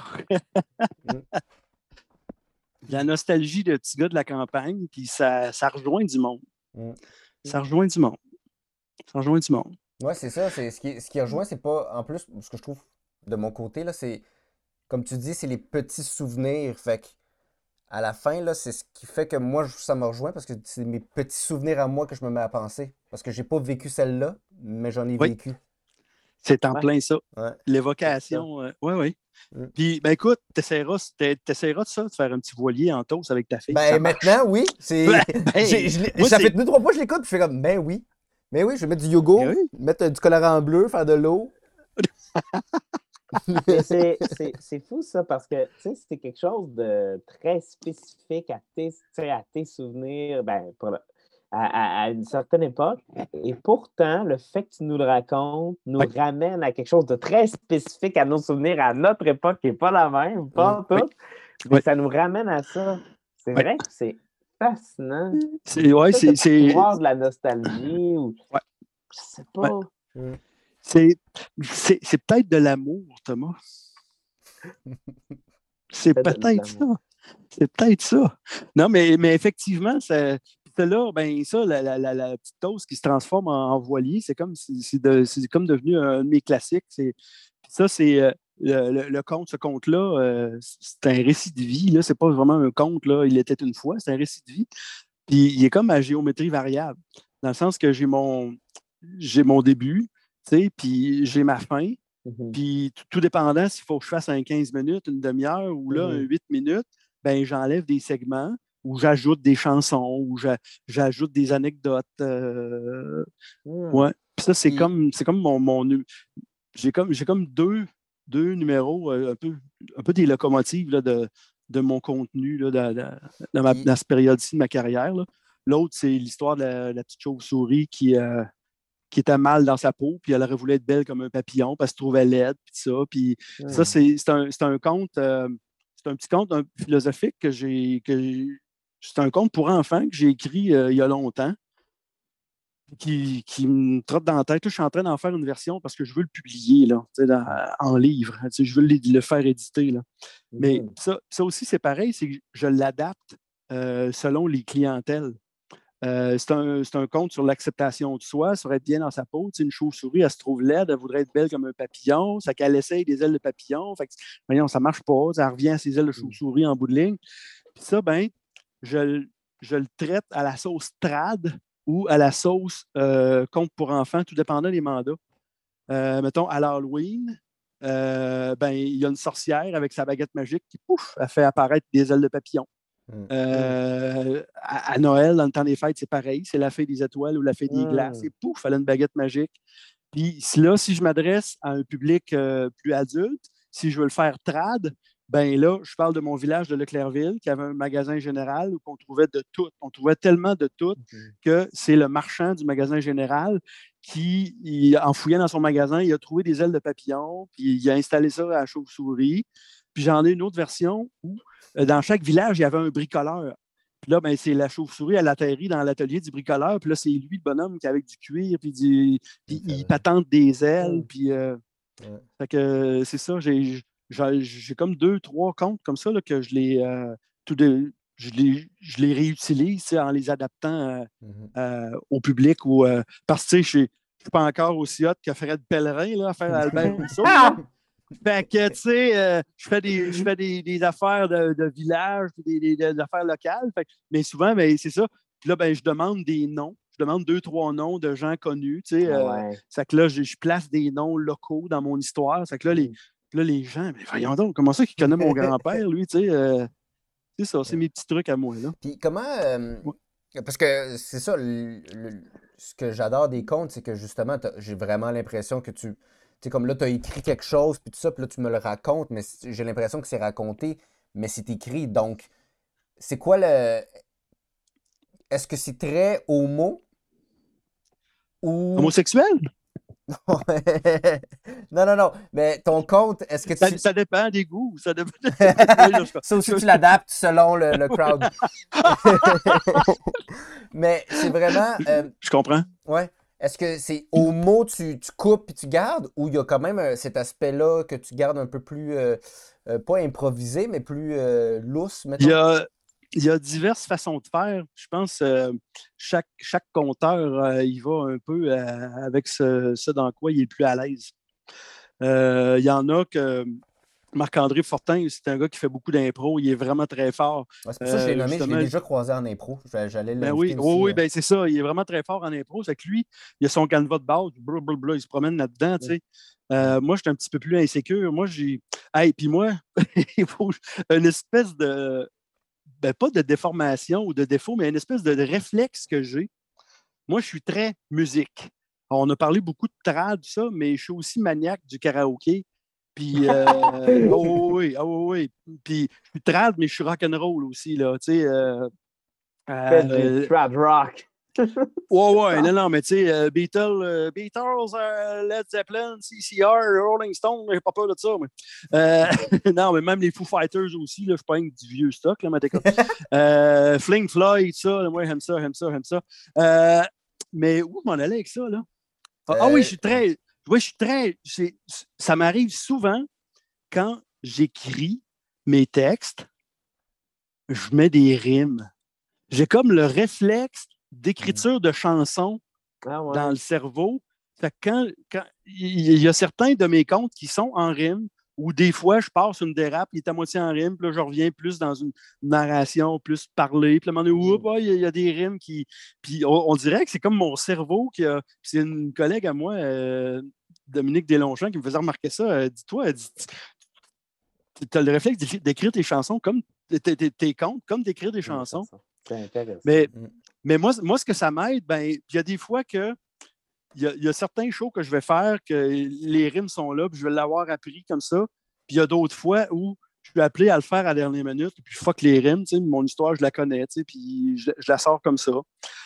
La nostalgie de petit gars de la campagne, puis ça rejoint du monde. Ça rejoint du monde. Ça rejoint du monde. Ouais, c'est ça. C'est, ce qui rejoint, c'est pas. En plus, ce que je trouve de mon côté, là, c'est. Comme tu dis, c'est les petits souvenirs. Fait que, à la fin, là, c'est ce qui fait que moi, ça me rejoint parce que c'est mes petits souvenirs à moi que je me mets à penser. Parce que j'ai pas vécu celle-là, mais j'en ai vécu. C'est en plein ça. Ouais. L'évocation. Oui. Puis, ben écoute, t'essaieras de ça, de faire un petit voilier en toast avec ta fille. Ben maintenant, oui. C'est... ça fait 2-3 fois que je l'écoute, puis je fais comme, ben oui. Mais oui, je vais mettre du yogourt, mettre du colorant bleu, faire de l'eau. c'est fou ça, parce que c'est quelque chose de très spécifique à tes souvenirs, à une certaine époque. Et pourtant, le fait que tu nous le racontes nous ramène à quelque chose de très spécifique à nos souvenirs, à notre époque, qui n'est pas la même, pas tout. Mais ça nous ramène à ça. C'est vrai que c'est fascinant. C'est le pouvoir de la nostalgie. Ou... Je sais pas. C'est peut-être de l'amour, Thomas. C'est peut-être ça. C'est peut-être ça. Non, mais effectivement, c'est là, ben ça, la petite toast qui se transforme en voilier, c'est comme devenu un de mes classiques. Ça, c'est le conte, ce conte-là, c'est un récit de vie. Là, c'est pas vraiment un conte, là, il était une fois, c'est un récit de vie. Puis il est comme à géométrie variable, dans le sens que j'ai mon début, puis j'ai ma fin. Puis tout dépendant s'il faut que je fasse un 15 minutes, une demi-heure ou là, un 8 minutes, ben j'enlève des segments ou j'ajoute des chansons ou j'ajoute des anecdotes. Ouais. Puis ça, c'est comme mon j'ai comme deux numéros, un peu des locomotives là, de mon contenu là, dans cette période-ci de ma carrière. Là. L'autre, c'est l'histoire de la petite chauve-souris qui était mal dans sa peau, puis elle aurait voulu être belle comme un papillon parce qu'elle se trouvait laide, puis ça. Puis ça, c'est un conte, c'est un petit conte philosophique c'est un conte pour enfants que j'ai écrit il y a longtemps. qui me trotte dans la tête. Là, je suis en train d'en faire une version parce que je veux le publier là, en livre. Je veux le faire éditer. Là. Mais ça aussi, c'est pareil, c'est que je l'adapte selon les clientèles. C'est un conte sur l'acceptation de soi, ça va être bien dans sa peau. Une chauve-souris, elle se trouve laide, elle voudrait être belle comme un papillon, ça qu'elle essaye des ailes de papillon. Fait que, voyons, ça marche pas, elle revient à ses ailes de chauve-souris en bout de ligne. Puis ça, ben, je le traite à la sauce trad ou à la sauce conte pour enfants, tout dépendant des mandats. Mettons, à l'Halloween, ben, il y a une sorcière avec sa baguette magique qui, pouf, elle fait apparaître des ailes de papillon. À Noël, dans le temps des fêtes, c'est pareil. C'est la fée des étoiles ou la fée des glaces. Et pouf, elle a une baguette magique. Puis là, si je m'adresse à un public plus adulte, si je veux le faire trad, ben là, je parle de mon village de Leclercville, qui avait un magasin général où on trouvait de tout. On trouvait tellement de tout que c'est le marchand du magasin général qui, en fouillant dans son magasin, il a trouvé des ailes de papillon, puis il a installé ça à la chauve-souris. Puis j'en ai une autre version où, dans chaque village, il y avait un bricoleur. Puis là, ben, c'est la chauve-souris, elle atterrit dans l'atelier du bricoleur. Puis là, c'est lui, le bonhomme, qui est avec du cuir, puis il patente des ailes. Puis, fait que c'est ça, j'ai comme 2-3 contes comme ça là, que je les réutilise en les adaptant au public. Parce que je ne suis pas encore aussi hot que Fred Pellerin là, à faire Albert Rousseau. Fait que, tu sais, je fais des affaires de village, des affaires locales. Mais souvent, ben, c'est ça. Puis là, ben, je demande des noms. Je demande 2-3 noms de gens connus. Tu sais, c'est que là, je place des noms locaux dans mon histoire. C'est que là, les gens, mais voyons donc, comment ça qu'il connaît mon grand-père, lui, tu sais. C'est ça, c'est mes petits trucs à moi, là. Puis comment... Parce que c'est ça, ce que j'adore des contes, c'est que justement, j'ai vraiment l'impression que tu sais, comme là, tu as écrit quelque chose, puis tout ça, puis là, tu me le racontes, mais j'ai l'impression que c'est raconté, mais c'est écrit. Donc, c'est quoi le... Est-ce que c'est très homo ou... Homosexuel? Non. Mais ton conte, est-ce que tu... Ça dépend des goûts. Ça dépend... Ça aussi, tu l'adaptes selon le crowd. Mais c'est vraiment... Je comprends. Ouais. Est-ce que c'est au mot tu coupes et tu gardes ou il y a quand même cet aspect-là que tu gardes un peu plus, pas improvisé, mais plus lousse, mettons? Il y a diverses façons de faire. Je pense que chaque conteur, il va un peu avec ce dans quoi il est le plus à l'aise. Il y en a que... Marc-André Fortin, c'est un gars qui fait beaucoup d'impro. Il est vraiment très fort. Ouais, c'est pour ça que je l'ai nommé. Je l'ai déjà croisé en impro. J'allais l'inviter aussi. Oui, ben c'est ça. Il est vraiment très fort en impro. C'est que lui, il a son canevas de base. Blablabla, il se promène là-dedans. Tu sais. Moi, je suis un petit peu plus insécure. Moi, j'ai... Hey, puis moi, il faut une espèce de... Ben, pas de déformation ou de défaut, mais une espèce de réflexe que j'ai. Moi, je suis très musique. Alors, on a parlé beaucoup de trad, tout ça, mais je suis aussi maniaque du karaoké. Puis, oui. Puis, je suis trad, mais je suis rock'n'roll aussi, là, tu sais. Trad rock. Non, mais tu sais, Beatles, Led Zeppelin, CCR, Rolling Stone, j'ai pas peur de ça. Mais, non, mais même les Foo Fighters aussi, là, je suis pas un du vieux stock, là, mais Fling Floyd, ça, là, moi, j'aime ça. Mais où je m'en allais avec ça, là? Oui, je suis très... Ça m'arrive souvent quand j'écris mes textes, je mets des rimes. J'ai comme le réflexe d'écriture de chansons dans le cerveau. Fait que quand il y a certains de mes contes qui sont en rime, ou des fois, je passe une dérape, il est à moitié en rime, puis là, je reviens plus dans une narration, plus parler, puis là, il y a des rimes qui... Puis on dirait que c'est comme mon cerveau qui a... C'est une collègue à moi, Dominique Deslongchamps, qui me faisait remarquer ça. Dis-toi, tu as le réflexe d'écrire tes chansons comme tes contes, comme d'écrire des chansons. C'est intéressant. Mais moi, ce que ça m'aide, ben, il y a des fois que il y a certains shows que je vais faire que les rimes sont là, puis je vais l'avoir appris comme ça. Puis il y a d'autres fois où je suis appelé à le faire à la dernière minute, puis fuck les rimes, tu sais, mon histoire, je la connais, tu sais, puis je la sors comme ça.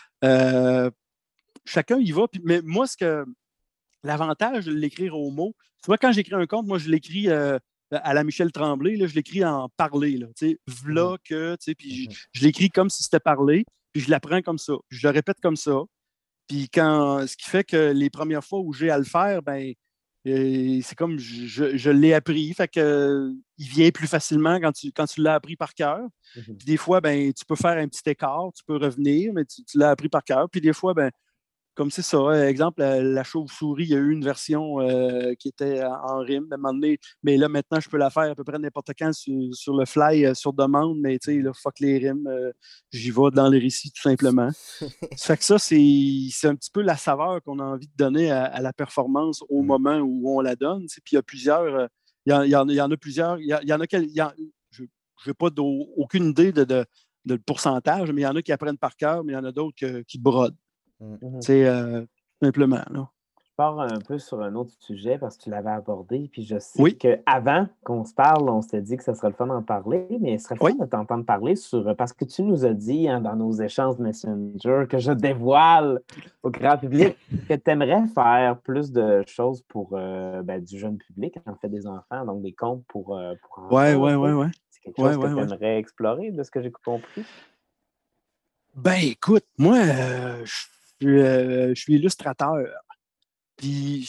Chacun y va. Mais moi, l'avantage de l'écrire au mot, tu vois, quand j'écris un conte, moi, je l'écris à la Michel Tremblay, là, je l'écris en parler, là, tu sais, v'là que, tu sais, puis je l'écris comme si c'était parlé, puis je l'apprends comme ça, je le répète comme ça. Puis ce qui fait que les premières fois où j'ai à le faire, ben, c'est comme je l'ai appris. Fait que il vient plus facilement quand tu l'as appris par cœur. Puis des fois, ben, tu peux faire un petit écart, tu peux revenir, mais tu l'as appris par cœur. Puis des fois, ben, comme c'est ça, exemple, la chauve-souris, il y a eu une version qui était en rime à un moment donné, mais là, maintenant, je peux la faire à peu près n'importe quand sur le fly, sur demande, mais tu sais, là, fuck les rimes, j'y vais dans les récits, tout simplement. Ça fait que ça, c'est un petit peu la saveur qu'on a envie de donner à la performance au moment où on la donne. Puis il y a plusieurs, il y en a plusieurs, il y en a je n'ai pas aucune idée de le pourcentage, mais il y en a qui apprennent par cœur, mais il y en a d'autres qui brodent. C'est simplement. Là. Je pars un peu sur un autre sujet parce que tu l'avais abordé. Puis je sais Oui. qu'avant qu'on se parle, on s'était dit que ce serait le fun d'en parler, mais ce serait le fun de t'entendre parler parce que tu nous as dit dans nos échanges Messenger que je dévoile au grand public que tu aimerais faire plus de choses pour du jeune public, en fait des enfants, donc des comptes pour enfants. Ouais. C'est quelque chose que tu aimerais explorer de ce que j'ai compris? Ben écoute, moi, je suis illustrateur. Puis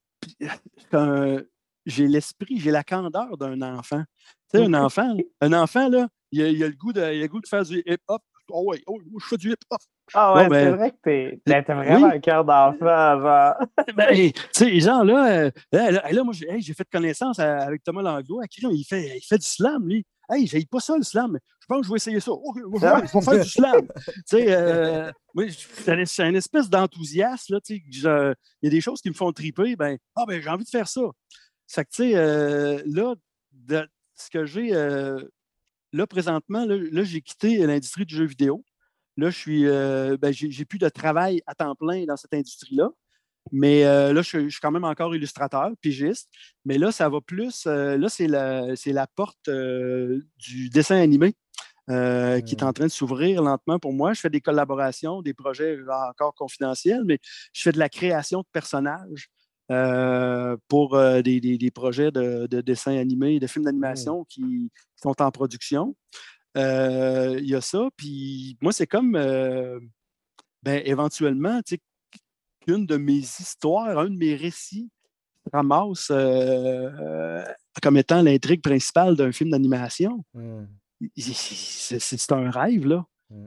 j'ai l'esprit, j'ai la candeur d'un enfant. Tu sais, un enfant, là, il a le goût de faire du hip-hop. Oh ouais, je fais du hip-hop. Ah ouais, c'est vrai que t'as vraiment un cœur d'enfant, genre. Ben, tu sais, les gens, là, moi, j'ai fait connaissance avec Thomas Langlois. Il fait du slam, lui. Hey, j'aille pas ça, le slam. Je pense que je vais essayer ça. OK, je vais faire du slam. Tu sais, c'est une espèce d'enthousiasme, là, tu sais. Il y a des choses qui me font triper. Ben, j'ai envie de faire ça. Ça que, tu sais, là, ce que j'ai, là, présentement, là, j'ai quitté l'industrie du jeu vidéo. Là, j'ai plus de travail à temps plein dans cette industrie-là. Mais là, je suis quand même encore illustrateur, pigiste. Mais là, ça va plus. Là, c'est la porte du dessin animé qui est en train de s'ouvrir lentement pour moi. Je fais des collaborations, des projets encore confidentiels, mais je fais de la création de personnages pour des projets de dessin animé, de films d'animation qui sont en production. Il y a ça. Puis moi, c'est comme éventuellement, tu sais, qu'une de mes histoires, un de mes récits ramasse comme étant l'intrigue principale d'un film d'animation. C'est un rêve, là.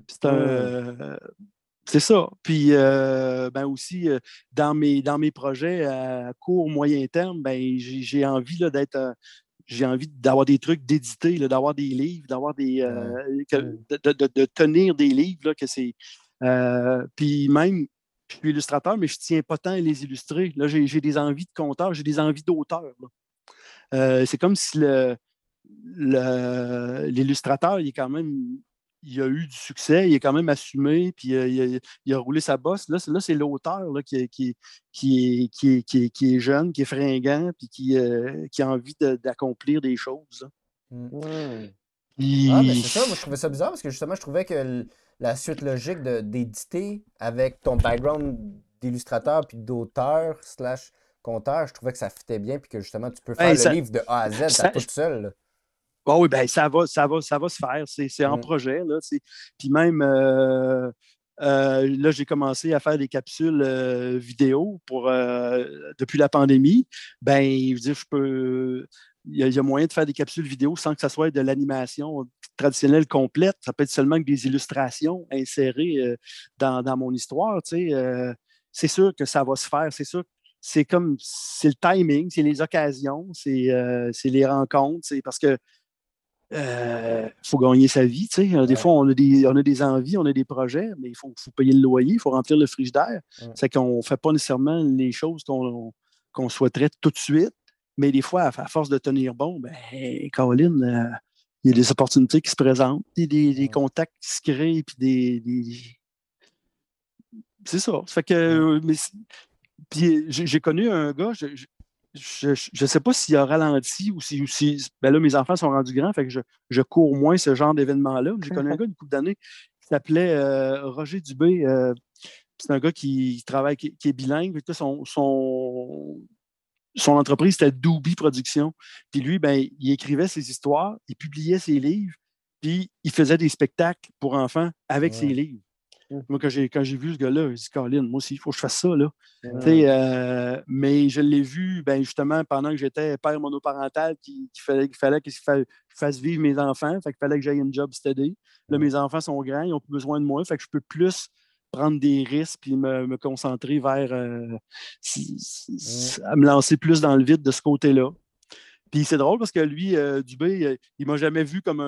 C'est ça. Puis aussi, dans mes projets à court, moyen terme, j'ai envie là, j'ai envie d'avoir des trucs d'éditer, d'avoir des livres, d'avoir de tenir des livres, là, que c'est. Puis même, je suis illustrateur, mais je ne tiens pas tant à les illustrer. Là, j'ai des envies de conteur, j'ai des envies d'auteur. C'est comme si l'illustrateur, il a eu du succès, il est quand même assumé, puis il a roulé sa bosse. Là, c'est l'auteur là, qui est jeune, qui est fringant, puis qui a envie d'accomplir des choses. Mais c'est ça, moi je trouvais ça bizarre parce que justement, je trouvais que la suite logique d'éditer avec ton background d'illustrateur puis d'auteur / conteur, je trouvais que ça fitait bien puis que justement, tu peux faire le livre de A à Z à toute seule. Oui, ça va se faire. C'est en projet. Là, puis même, là, j'ai commencé à faire des capsules vidéo depuis la pandémie. Je veux dire, il y a moyen de faire des capsules vidéo sans que ça soit de l'animation traditionnelle complète. Ça peut être seulement que des illustrations insérées dans mon histoire. C'est sûr que ça va se faire. C'est sûr. C'est le timing, c'est les occasions, c'est les rencontres. C'est parce que faut gagner sa vie. Des fois, on a des envies, on a des projets, mais il faut payer le loyer, il faut remplir le frigidaire. C'est qu'on ne fait pas nécessairement les choses qu'on souhaiterait tout de suite. Mais des fois, à force de tenir bon, Caroline, il y a des opportunités qui se présentent, des contacts qui se créent, puis c'est ça. Ça fait que. Puis j'ai connu un gars, je ne sais pas s'il a ralenti ou si là, mes enfants sont rendus grands, fait que je cours moins ce genre d'événement-là. J'ai connu un gars une couple d'années qui s'appelait Roger Dubé. C'est un gars qui travaille, qui est bilingue. Son entreprise, c'était Doobie Productions. Puis lui, il écrivait ses histoires, il publiait ses livres, puis il faisait des spectacles pour enfants avec ses livres. Moi, quand j'ai vu ce gars-là, j'ai dit, Colin, moi aussi, il faut que je fasse ça, là. Mm. Tu sais, mais je l'ai vu, ben, justement, pendant que j'étais père monoparental, qu'il fallait que je fasse vivre mes enfants. Fait qu'il fallait que j'aille une job steady. Là, mes enfants sont grands, ils n'ont plus besoin de moi. Fait que je peux plus prendre des risques puis me concentrer vers à me lancer plus dans le vide de ce côté-là. Puis c'est drôle parce que lui, Dubé, il m'a jamais vu comme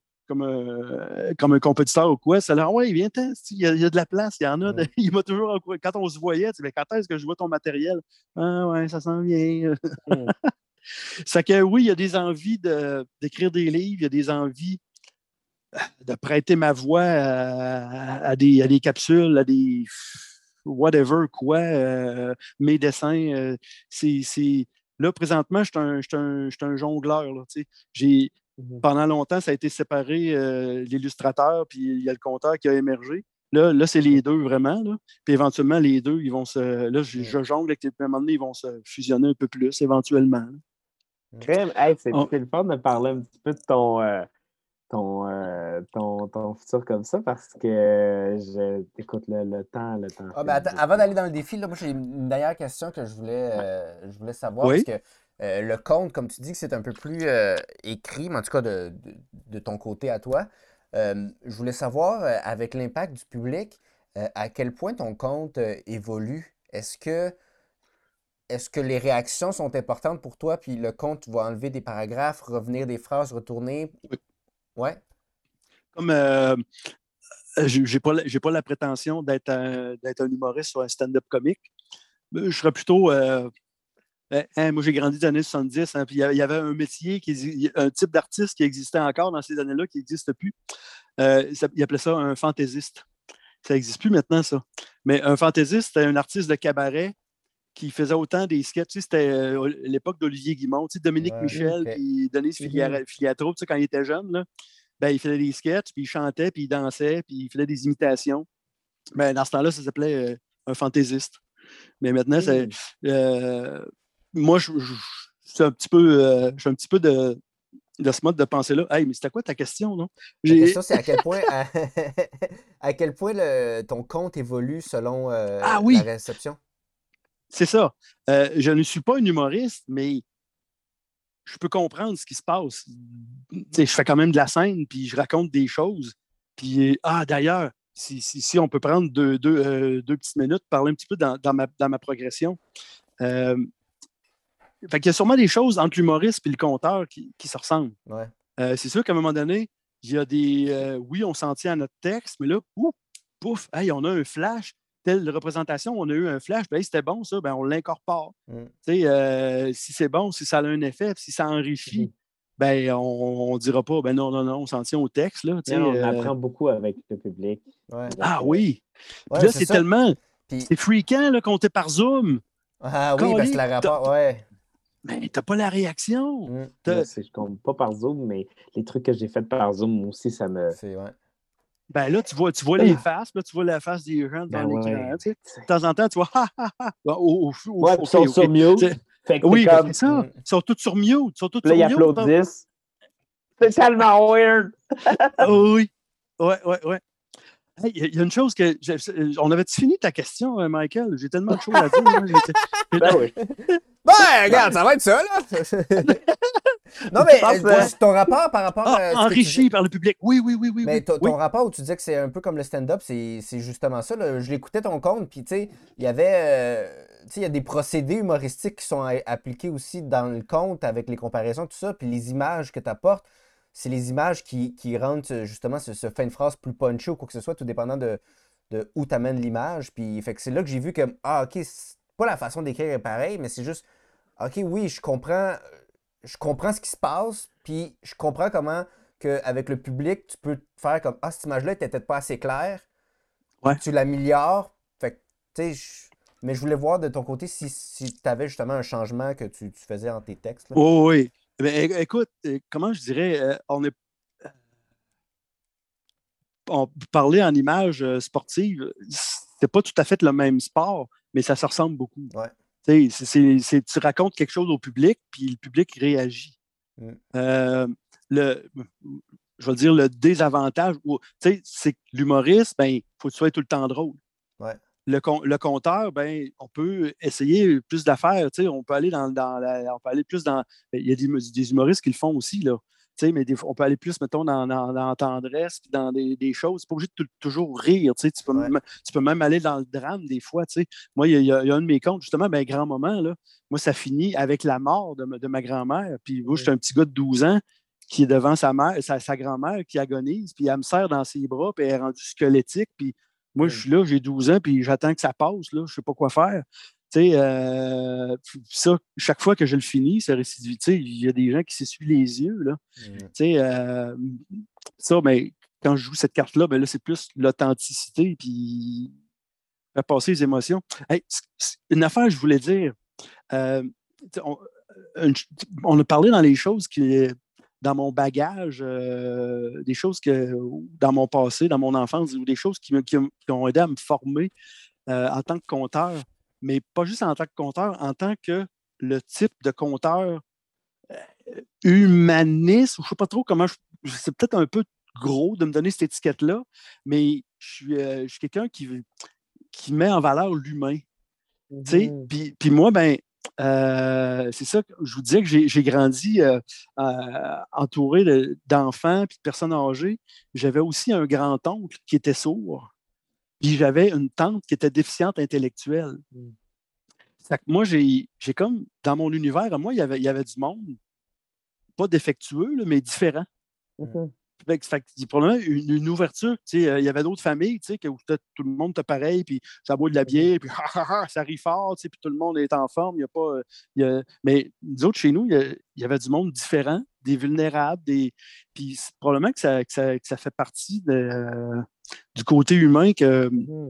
un compétiteur ou quoi. C'est là, ouais, viens, il y a de la place, il y en a. Il m'a toujours encouragé. Quand on se voyait, tu sais, mais quand est-ce que je vois ton matériel? Ah ouais, ça s'en vient. C'est que oui, il y a des envies d'écrire des livres, il y a des envies de prêter ma voix à des capsules, à des whatever, quoi. Mes dessins, là, présentement, je suis un jongleur. Là, tu sais. Pendant longtemps, ça a été séparé, l'illustrateur, puis il y a le conteur qui a émergé. Là, c'est les deux vraiment. Là. Puis éventuellement, les deux, ils vont se. Là, je jongle avec les. À un moment donné, ils vont se fusionner un peu plus, éventuellement. Crème, hey, c'est le fun de parler un petit peu de ton futur comme ça parce que écoute, le temps. Ah, ben, attends, avant d'aller dans le défi, là, moi j'ai une dernière question que je voulais savoir. Oui. Parce que le conte, comme tu dis que c'est un peu plus écrit, mais en tout cas de ton côté à toi, je voulais savoir, avec l'impact du public, à quel point ton conte évolue. Est-ce que les réactions sont importantes pour toi, puis le conte va enlever des paragraphes, revenir des phrases, retourner? Oui. Ouais. Comme j'ai pas la prétention d'être un humoriste sur un stand-up comique. Je serais plutôt. Moi, j'ai grandi des années 70, hein, puis il y avait un métier, un type d'artiste qui existait encore dans ces années-là, qui n'existe plus. Il appelait ça un fantaisiste. Ça n'existe plus maintenant, ça. Mais un fantaisiste, c'était un artiste de cabaret qui faisait autant des sketchs. Tu sais, c'était l'époque d'Olivier Guimond, tu sais, Dominique Michel, ok. puis Denise Filiatro, tu sais, quand il était jeune, là, ben, il faisait des sketchs, puis il chantait, puis il dansait, puis il faisait des imitations. Ben, dans ce temps-là, ça s'appelait un fantaisiste. Mais maintenant, c'est. Moi, je suis un petit peu de ce mode de pensée-là. Hey, mais c'était quoi ta question, non? La question, c'est à quel point, à quel point ton compte évolue selon Ah oui! la réception? C'est ça. Je ne suis pas un humoriste, mais je peux comprendre ce qui se passe. Je fais quand même de la scène, puis je raconte des choses. Puis, d'ailleurs, si on peut prendre deux petites minutes, parler un petit peu dans ma progression. Fait qu'il y a sûrement des choses entre l'humoriste et le conteur qui se ressemblent. Ouais. C'est sûr qu'à un moment donné, il y a des. Oui, on s'en tient à notre texte, mais là, pouf, hey, on a un flash. Telle représentation, on a eu un flash, ben, hey, c'était bon ça, ben, on l'incorpore. Si c'est bon, si ça a un effet, si ça enrichit, ben, on ne dira pas, ben non, on s'en tient au texte. Là, on apprend beaucoup avec le public. Ouais. Oui. Ouais, Puis là, c'est tellement. Puis... C'est freakant là, compter par Zoom. Ah oui, parce que la rapport, ouais. Mais t'as pas la réaction. Je compte pas par Zoom, mais les trucs que j'ai faits par Zoom aussi, ça me. Ben là, tu vois les faces, là, tu vois la face des gens devant l'écran. Tu sais. De temps en temps, tu vois ils sont sur mute. Oui, c'est ça. Ils sont tous sur mute. Là, ils applaudissent. C'est tellement weird. Oui. Ouais. Il y a une chose que. On avait-tu fini ta question, Michael? J'ai tellement de choses à dire. Ben oui. Ben, regarde, ça va être ça, là. Non, mais ton rapport par rapport à. Enrichi par le public. Oui. Mais ton rapport où tu disais que c'est un peu comme le stand-up, c'est justement ça. Là. Je l'écoutais ton compte, puis tu sais, il y avait. Il y a des procédés humoristiques qui sont appliqués aussi dans le compte avec les comparaisons, tout ça, puis les images que tu apportes. C'est les images qui rendent justement ce fin de phrase plus punchy ou quoi que ce soit, tout dépendant de où tu amènes l'image. Puis fait que c'est là que j'ai vu que, OK, c'est pas la façon d'écrire est pareille, mais c'est juste, OK, oui, je comprends ce qui se passe, puis je comprends comment qu'avec le public, tu peux faire comme, cette image-là était peut-être pas assez claire. Ouais. Tu l'améliores. Fait que, tu sais, mais je voulais voir de ton côté si tu avais justement un changement que tu faisais dans tes textes. Là. Oh, oui. Ben, écoute, comment je dirais, parler en image sportive, c'est pas tout à fait le même sport, mais ça se ressemble beaucoup. Ouais. Tu racontes quelque chose au public, puis le public réagit. je vais dire, le désavantage. C'est que l'humoriste, ben, il faut que tu sois tout le temps drôle. Ouais. Le conteur, ben, on peut essayer plus d'affaires. On peut aller on peut aller plus dans. Il y a des humoristes qui le font aussi, là. Mais on peut aller plus, mettons, dans la tendresse, puis dans des choses. C'est pas obligé de toujours rire. Tu peux même aller dans le drame des fois. Moi, il y a un de mes contes, justement, ben, grand moment, là. Moi, ça finit avec la mort de ma grand-mère. Puis moi, j'étais un petit gars de 12 ans qui est devant sa mère, sa grand-mère qui agonise, puis elle me serre dans ses bras, puis elle est rendue squelettique. Puis moi, je suis là, j'ai 12 ans, puis j'attends que ça passe, là. Je sais pas quoi faire. Ça, chaque fois que je le finis, ce récidive, il y a des gens qui s'essuient les yeux, là. Ça, mais quand je joue cette carte-là, ben là, c'est plus l'authenticité, puis faire passer les émotions. Hey, une affaire, je voulais dire, on a parlé dans les choses qui, dans mon bagage, des choses que dans mon passé, dans mon enfance, ou des choses qui ont aidé à me former en tant que conteur. Mais pas juste en tant que conteur, en tant que le type de conteur humaniste, ou je ne sais pas trop comment, c'est peut-être un peu gros de me donner cette étiquette-là, mais je suis quelqu'un qui met en valeur l'humain. Puis moi, ben, c'est ça, je vous disais que j'ai grandi entouré d'enfants et de personnes âgées. J'avais aussi un grand-oncle qui était sourd. Puis j'avais une tante qui était déficiente intellectuelle. Moi, j'ai comme, dans mon univers, moi, il y avait du monde, pas défectueux, là, mais différent. Fait que, probablement une ouverture. Il y avait d'autres familles où tout le monde était pareil, puis ça boit de la bière, puis ça rit fort, puis tout le monde est en forme. Mais nous autres, chez nous, il y avait du monde différent, des vulnérables, puis probablement que ça fait partie du côté humain que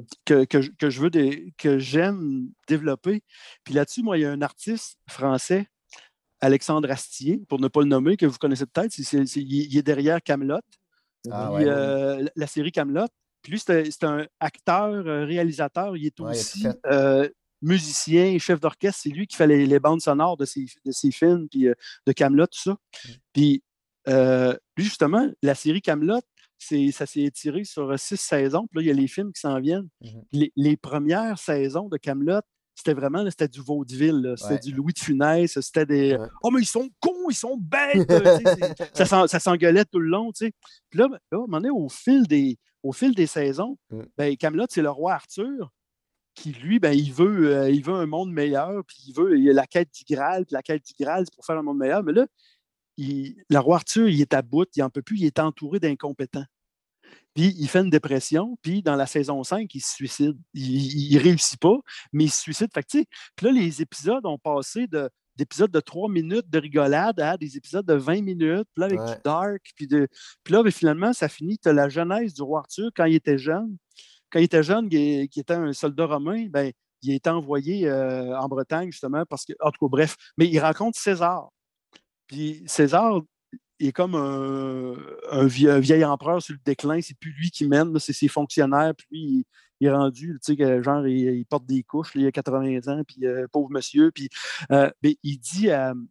j'aime développer. Puis là-dessus, moi, il y a un artiste français, Alexandre Astier, pour ne pas le nommer, que vous connaissez peut-être, il est derrière Kaamelott, la série Kaamelott. Puis lui, c'est un acteur, réalisateur, il est aussi musicien, chef d'orchestre. C'est lui qui fait les bandes sonores de ses films, puis de Kaamelott, tout ça. Puis lui, justement, la série Kaamelott, ça s'est étiré sur 6 saisons. Puis là, il y a les films qui s'en viennent. Les premières saisons de Kaamelott, c'était du vaudeville, là. C'était du Louis de Funès, c'était des « Oh, mais ils sont cons, ils sont bêtes! » Ça s'engueulait tout le long, tu sais. Puis là, à un moment donné, au fil des saisons, ben, Kaamelott, c'est le roi Arthur qui, lui, ben, il veut un monde meilleur, puis il a la quête du Graal, puis la quête du Graal, c'est pour faire un monde meilleur. Mais là, le roi Arthur, il est à bout, il n'en peut plus, il est entouré d'incompétents. Puis il fait une dépression, puis dans la saison 5, il se suicide. Il ne réussit pas, mais il se suicide. Fait que, puis là, les épisodes ont passé d'épisodes de 3 minutes de rigolade à des épisodes de 20 minutes, puis là, avec du dark. Puis là, ben, finalement, ça finit. Tu as la genèse du roi Arthur quand il était jeune. Quand il était jeune, qui était un soldat romain, ben, il a été envoyé en Bretagne, justement, parce que, en tout cas, bref. Mais il rencontre César. Puis César, il est comme un vieil empereur sur le déclin. C'est plus lui qui mène, là, c'est ses fonctionnaires. Puis lui, il est rendu, tu sais, genre, il porte des couches, là, il a 80 ans, puis pauvre monsieur. Puis il dit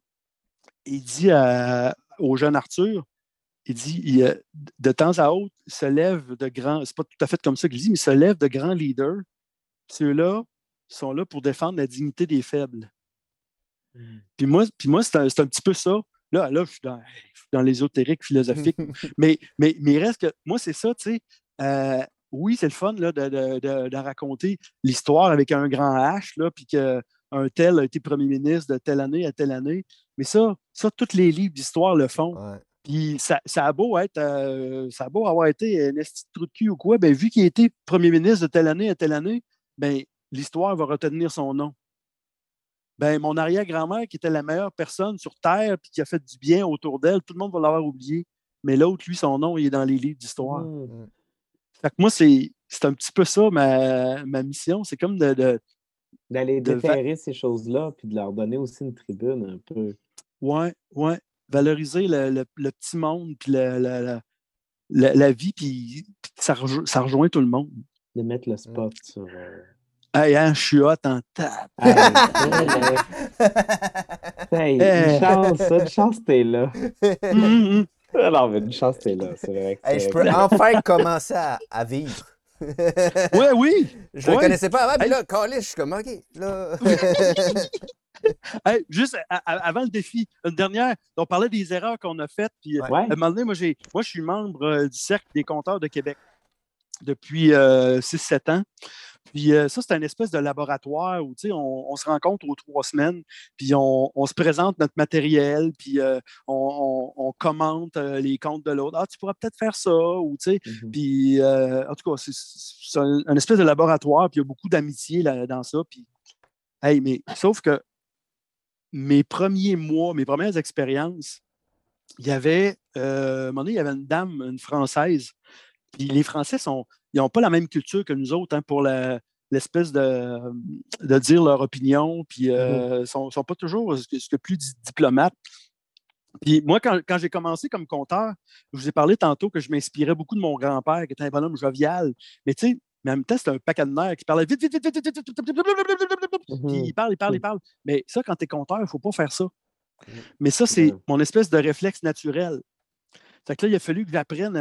au jeune Arthur, il dit, de temps à autre, se lève de grands, c'est pas tout à fait comme ça qu'il dit, mais se lève de grands leaders. Ceux-là sont là pour défendre la dignité des faibles. Puis moi c'est un petit peu ça. Là, je suis dans l'ésotérique philosophique. mais il reste que, moi, c'est ça, tu sais. Oui, c'est le fun là, de raconter l'histoire avec un grand H, là, puis qu'un tel a été premier ministre de telle année à telle année. Mais ça tous les livres d'histoire le font. Ouais. Puis ça a beau avoir été un esti de trou de cul ou quoi, ben, vu qu'il a été premier ministre de telle année à telle année, ben, l'histoire va retenir son nom. Ben, mon arrière-grand-mère, qui était la meilleure personne sur Terre puis qui a fait du bien autour d'elle, tout le monde va l'avoir oublié. Mais l'autre, lui, son nom, il est dans les livres d'histoire. Fait que moi, c'est un petit peu ça, ma mission. C'est comme d'aller déterrer ces choses-là puis de leur donner aussi une tribune un peu. Ouais. Valoriser le petit monde puis la vie, puis ça rejoint tout le monde. De mettre le spot sur... Hey, hein, je suis hot en tape. Une chance, t'es là. Non, mais une chance, t'es là. C'est vrai que Hey, je peux enfin commencer à vivre. Ouais, oui. Je le Ouais. connaissais pas avant, puis Hey. là, calé, je suis comme, OK, là. Hey, juste avant le défi, une dernière, on parlait des erreurs qu'on a faites. Puis, Ouais. Ouais. à un moment donné, moi, je suis membre du Cercle des compteurs de Québec depuis 6-7 ans. Puis ça, c'est une espèce de laboratoire où on se rencontre aux 3 semaines, puis on se présente notre matériel, puis on commente les comptes de l'autre. Ah, tu pourrais peut-être faire ça, ou tu sais. Mhm. Puis en tout cas, c'est un espèce de laboratoire, puis il y a beaucoup d'amitié dans ça. Puis, hey, mais sauf que mes premiers mois, mes premières expériences, il y avait, à un moment donné, il y avait une dame, une Française. Puis les Français ils n'ont pas la même culture que nous autres pour l'espèce de dire leur opinion, puis sont pas toujours ce que plus diplomates. Puis moi, quand j'ai commencé comme compteur, je vous ai parlé tantôt que je m'inspirais beaucoup de mon grand-père, qui était un bonhomme jovial. Mais tu sais, mais en même temps, c'était un paquet de nerfs qui parlait vite, vite, vite, vite, vite, vite, vite, vite, vite, vite, vite. Puis il parle. Mais ça, quand tu es compteur, il ne faut pas faire ça. Mais ça, c'est mon espèce de réflexe naturel. Fait que là, il a fallu que j'apprenne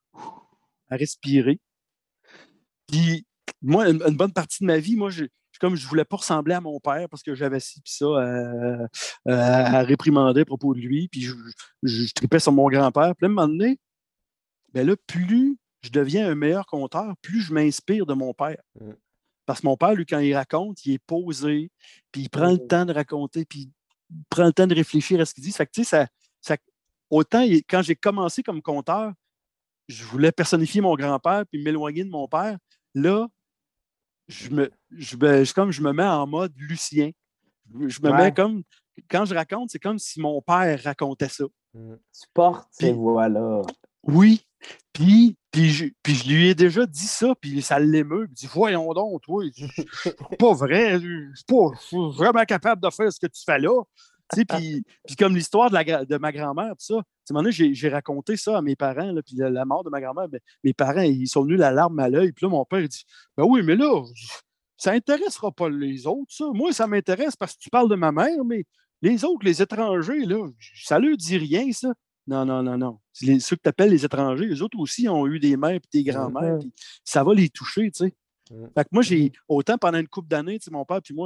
à respirer. Puis moi, une bonne partie de ma vie, moi, je voulais pas ressembler à mon père parce que j'avais ci puis ça à réprimander à propos de lui. Puis je tripais sur mon grand-père. Puis là, à un moment donné, ben là, plus je deviens un meilleur conteur, plus je m'inspire de mon père. Parce que mon père, lui, quand il raconte, il est posé, puis il prend le temps de raconter, puis il prend le temps de réfléchir à ce qu'il dit. Fait que, tu sais, autant, quand j'ai commencé comme conteur, je voulais personnifier mon grand-père puis m'éloigner de mon père. Là, je me mets en mode Lucien. Je me mets comme, quand je raconte, c'est comme si mon père racontait ça. Tu portes ces voix-là. Oui. Puis je lui ai déjà dit ça, puis ça l'émeut. Il dit, voyons donc, toi, c'est pas vrai, je suis vraiment capable de faire ce que tu fais là. Puis comme l'histoire de ma grand-mère, tout ça, à un moment donné, j'ai raconté ça à mes parents, là, puis la mort de ma grand-mère, ben, mes parents, ils sont venus la larme à l'œil, puis là, mon père, il dit, ben oui, mais là, ça n'intéressera pas les autres, ça. Moi, ça m'intéresse parce que tu parles de ma mère, mais les autres, les étrangers, là, ça leur dit rien, ça. Non, non, non, non. Ceux que tu appelles les étrangers, les autres aussi ont eu des mères et des grands-mères, puis ça va les toucher, tu sais. Fait que moi, autant pendant une couple d'années, mon père puis moi,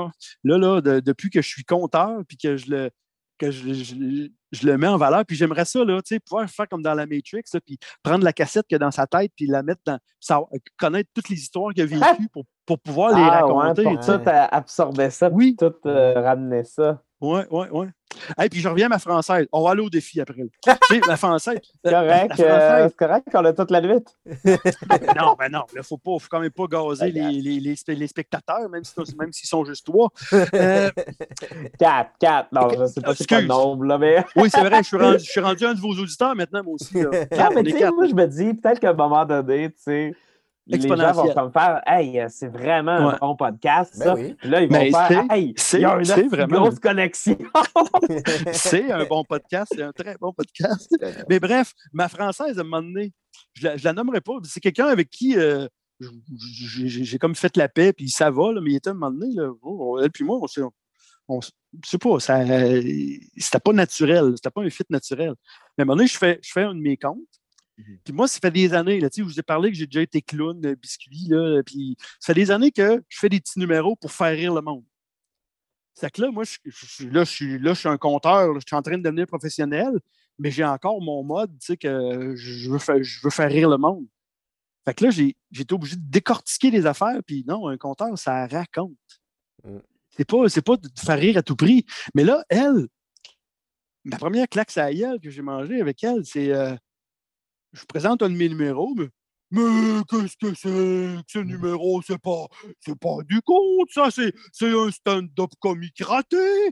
depuis que je suis conteur, puis que je le mets en valeur, puis j'aimerais ça, là, pouvoir faire comme dans la Matrix, là, puis prendre la cassette qu'il y a dans sa tête, puis la mettre connaître toutes les histoires qu'il a vécues pour pouvoir les raconter. Pour tout absorber ça, oui. Tout ramener ça. Oui. Et puis je reviens à ma française. On va aller au défi après. La française. C'est correct, c'est correct qu'on a toute la nuit. Non, il ne faut quand même pas gazer les spectateurs, même s'ils sont juste 3. 4. Non, je ne sais pas si c'est pas le nombre, là, mais. Oui, c'est vrai, je suis rendu un de vos auditeurs maintenant, moi aussi. Là. Non, mais tu sais, moi, je me dis, peut-être qu'à un moment donné, tu sais. Les gens vont comme faire, hey, c'est vraiment un bon podcast, ça. Oui. Puis là, ils vont faire, hey, il y a une grosse connexion. C'est un bon podcast, c'est un très bon podcast. Mais bref, ma française, à un moment donné, je la nommerai pas. C'est quelqu'un avec qui j'ai comme fait la paix, puis ça va, là, mais il était à un moment donné, là, elle puis moi, on sais pas, c'était pas naturel, c'était pas un fit naturel. Mais à un moment donné, je fais un de mes comptes. Puis moi, ça fait des années, là, je vous ai parlé que j'ai déjà été clown, biscuit, là, puis ça fait des années que je fais des petits numéros pour faire rire le monde. C'est que là, moi, je suis un conteur, je suis en train de devenir professionnel, mais j'ai encore mon mode, que je veux faire rire le monde. Fait que là, j'ai été obligé de décortiquer les affaires, puis non, un conteur, ça raconte. C'est pas de faire rire à tout prix. Mais là, ma première claque à la gueule que j'ai mangée avec elle, c'est... je présente un de mes numéros, mais qu'est-ce que c'est que ce numéro? C'est pas du conte, ça. C'est un stand-up comique raté.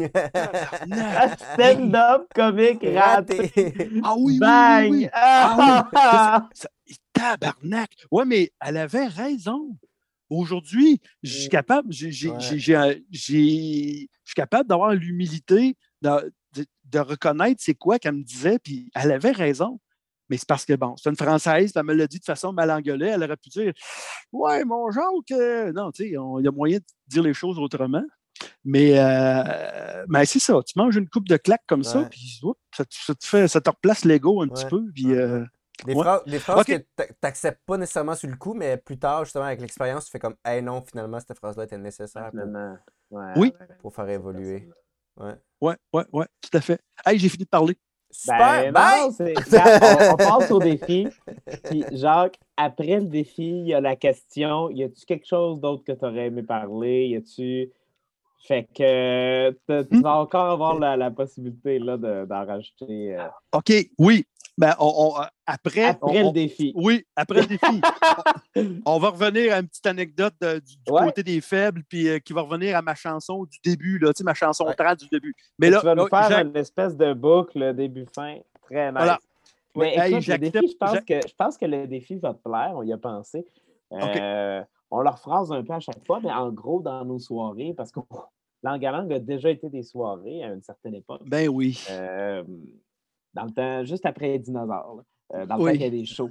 Stand-up comique raté. Ah oui, Bang! oui. Ah oui. Tabarnak. Ouais, mais elle avait raison. Aujourd'hui, je suis capable, je suis capable d'avoir l'humilité de reconnaître c'est quoi qu'elle me disait, puis elle avait raison. Mais c'est parce que, bon, c'est une Française, elle me l'a dit de façon mal engueulée, elle aurait pu dire « Ouais, mon Jacques, non, tu sais, il y a moyen de dire les choses autrement. » Mais c'est ça. Tu manges une coupe de claques comme ça, Ouais. puis ça te replace l'ego un petit Ouais. peu. Puis, Des phrases Ok. que t'acceptes pas nécessairement sur le coup, mais plus tard, justement, avec l'expérience, tu fais comme, hey non, finalement, cette phrase-là était nécessaire Finalement. Ouais, Oui. pour faire évoluer. Ouais. Ouais, tout à fait. Hey, j'ai fini de parler. Super, Ben bye! non, on passe au défi. Puis Jacques, après le défi, il y a la question, y a-tu quelque chose d'autre que tu aurais aimé parler? Y a-tu... Fait que tu vas encore avoir la possibilité là, d'en rajouter OK, oui. Ben, après après le défi. Oui, après le défi. On va revenir à une petite anecdote du Ouais. côté des faibles, puis qui va revenir à ma chanson du début, là, tu sais, ma chanson Ouais. trad du début. Mais Tu là, vas nous faire Jacques, une espèce de boucle début-fin. Très nice. voilà. Mais Ouais, hey, écoute, le défi, j'accepte. je pense que le défi va te plaire. On y a pensé. OK. On le rephrase un peu à chaque fois, mais en gros, dans nos soirées, parce que Langue à Langue a déjà été des soirées à une certaine époque. Ben oui. Dans le temps, juste après les dinosaures. Là. Dans le Oui. temps qu'il y a des shows.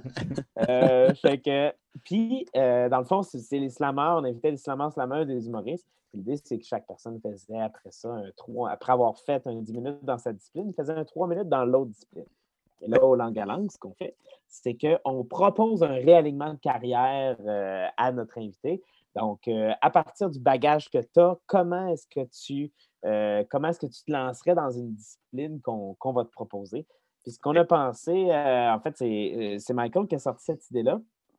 Puis, dans le fond, c'est les slammeurs. On invitait les slammeurs, des humoristes. Puis l'idée, c'est que chaque personne faisait après ça après avoir fait un 10 minutes dans sa discipline, il faisait un 3 minutes dans l'autre discipline. Et là, au Langue à Langue, ce qu'on fait, c'est qu'on propose un réalignement de carrière à notre invité. Donc, à partir du bagage que tu as, comment est-ce que tu te lancerais dans une discipline qu'on va te proposer? Puis ce qu'on a pensé, en fait, c'est Michael qui a sorti cette idée-là.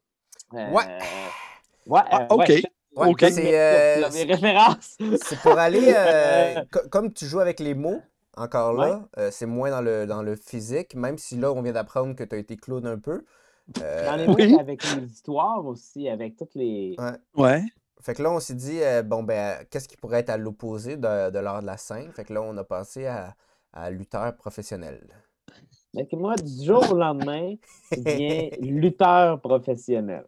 OK. Ouais, OK. C'est mes références. C'est pour aller, comme tu joues avec les mots, encore là, c'est moins dans le physique, même si là, on vient d'apprendre que tu as été clown un peu. Dans les mots, Oui. avec les histoires aussi, avec toutes les... Ouais. Fait que là, on s'est dit, qu'est-ce qui pourrait être à l'opposé de l'art de la scène? Fait que là, on a pensé à lutteur professionnel. Donc, moi, du jour au lendemain, je deviens lutteur professionnel.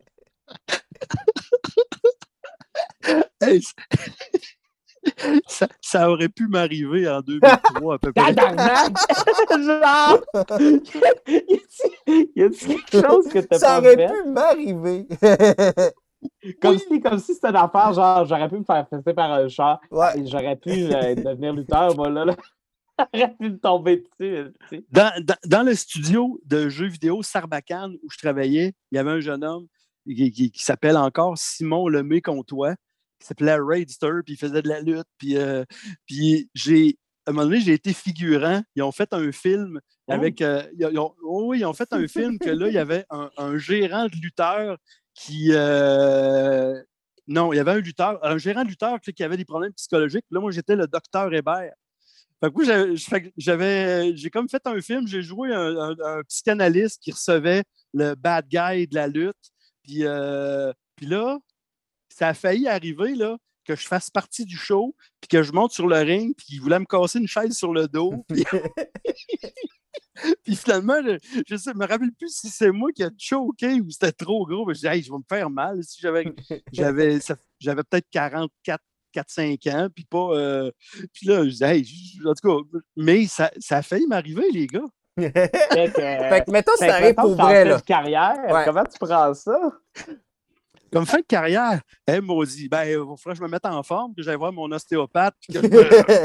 Hey, ça aurait pu m'arriver en 2003 à peu près. Tabarnak! Genre! Y a-t-il quelque chose que t'as Ça pas aurait fait? pu m'arriver! Comme si c'était une affaire, genre, j'aurais pu me faire fesser par un chat. Ouais. Et j'aurais pu devenir lutteur, moi, là. J'aurais pu me tomber dessus. Tu sais. Dans le studio de jeux vidéo Sarbacane où je travaillais, il y avait un jeune homme qui s'appelle encore Simon Lemay-Comtois, qui s'appelait Raidster, puis il faisait de la lutte. Puis à un moment donné, j'ai été figurant. Ils ont fait un film avec. Ils ont fait un film que là, il y avait un gérant de lutteur qui. Non, il y avait un gérant de lutteur qui avait des problèmes psychologiques. Là, moi, j'étais le docteur Hébert. Fait que moi, j'ai comme fait un film, j'ai joué un psychanalyste qui recevait le bad guy de la lutte. Puis là, ça a failli arriver là, que je fasse partie du show, puis que je monte sur le ring, puis il voulait me casser une chaise sur le dos. Puis finalement, je me rappelle plus si c'est moi qui a choqué ou c'était trop gros. Mais je dis, hey, je vais me faire mal. Si j'avais peut-être 4-5 ans, puis pas. Puis là, je dis, hey, en tout cas, mais ça a failli m'arriver, les gars. Fait que mettons, fait ça arrive mettons pour que t'en vrai, fais là. de carrière, Ouais. comment tu prends ça? Comme fin de carrière, elle m'a dit, il faudrait que je me mette en forme, que j'aille voir mon ostéopathe, puis que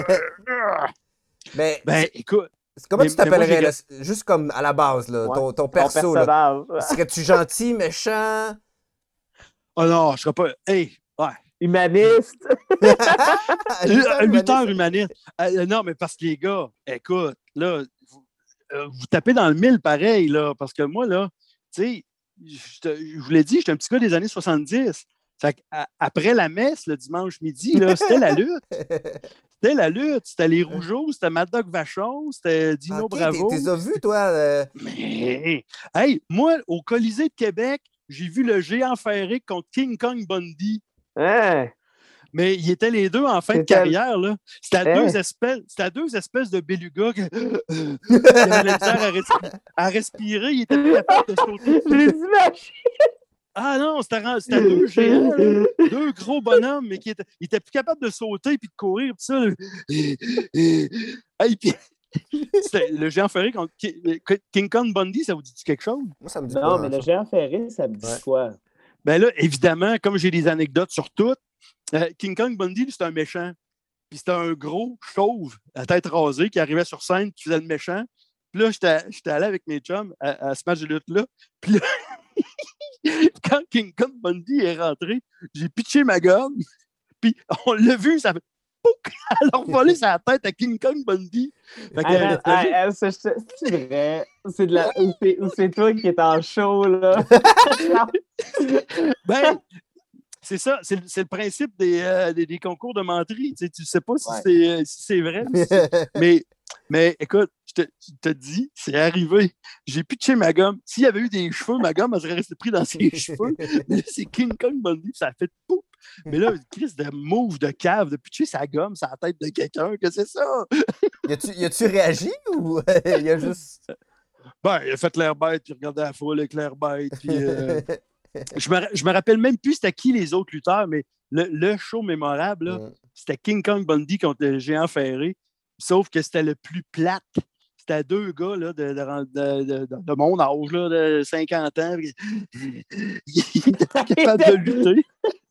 Ben, écoute. comment tu t'appellerais, moi, là? Juste comme à la base, là, Ouais. ton perso, là. Personnage. Serais-tu gentil, méchant? Oh non, je serais pas. Hey, ouais. Humaniste. Lutteur humaniste. Non, mais parce que les gars, écoute, là, vous tapez dans le mille pareil, là, parce que moi, là, tu sais, je vous l'ai dit, j'étais un petit gars des années 70. Fait après la messe, le dimanche midi, là, c'était la lutte. C'était la lutte. C'était les Rougeaux, c'était Mad Dog Vachon, c'était Dino Bravo. T'es as vu, toi? Mais, hey, moi, au Colisée de Québec, j'ai vu le géant ferré contre King Kong Bundy. Hein? Mais ils étaient les deux en fin de C'était- carrière. Là. C'était à deux espèces de belugas qui avaient la misère à respirer. Ils étaient plus capables de sauter. Je les imagine. Ah non, c'était deux géants, là. Deux gros bonhommes, mais qui étaient plus capables de sauter puis de courir. Puis ça, là. Hey, puis, c'était le géant ferré contre King Kong Bundy, ça vous dit quelque chose? Moi, ça me dit Non, pas mais le grand-chose. géant ferré, ça me dit Ouais. quoi? Ben là, évidemment, comme j'ai des anecdotes sur tout, King Kong Bundy, lui, c'est un méchant. Puis c'était un gros chauve à tête rasée qui arrivait sur scène, qui faisait le méchant. Puis là, j'étais allé avec mes chums à ce match de lutte-là. Puis là, quand King Kong Bundy est rentré, j'ai pitché ma gomme. Puis on l'a vu, ça fait pouc! Elle a volé sa tête à King Kong Bundy. Fait que, c'est vrai. C'est de la... Ou c'est toi qui es en show, là. ben, c'est ça, c'est le principe des concours de menterie. Tu sais pas si c'est vrai. Mais écoute, je te dis, c'est arrivé. J'ai pitché ma gomme. S'il y avait eu des cheveux, ma gomme, elle serait restée prise dans ses cheveux. Mais là, c'est King Kong Bundy, ça a fait poup. Mais là, Chris de move de cave, de pitcher sa gomme sur la tête de quelqu'un, que c'est ça? Y a-tu réagi ou il a juste. Ben, il a fait l'air bête, puis il regardait la foule avec l'air bête, puis. Je me rappelle même plus c'était qui les autres lutteurs, mais le show mémorable, là, c'était King Kong Bundy contre le géant ferré. Sauf que c'était le plus plate. C'était 2 gars là, de mon âge, là, de 50 ans. Ils étaient pas capables de lutter.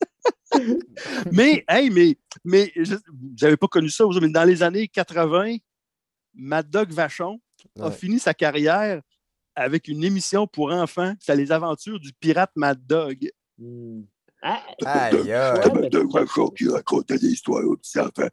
mais vous n'avez pas connu ça, mais dans les années 80, Mad Dog Vachon a fini sa carrière avec une émission pour enfants. C'est les aventures du pirate Mad Dog. Aïe, Mad Dog Vachon qui racontait des histoires aux petits enfants.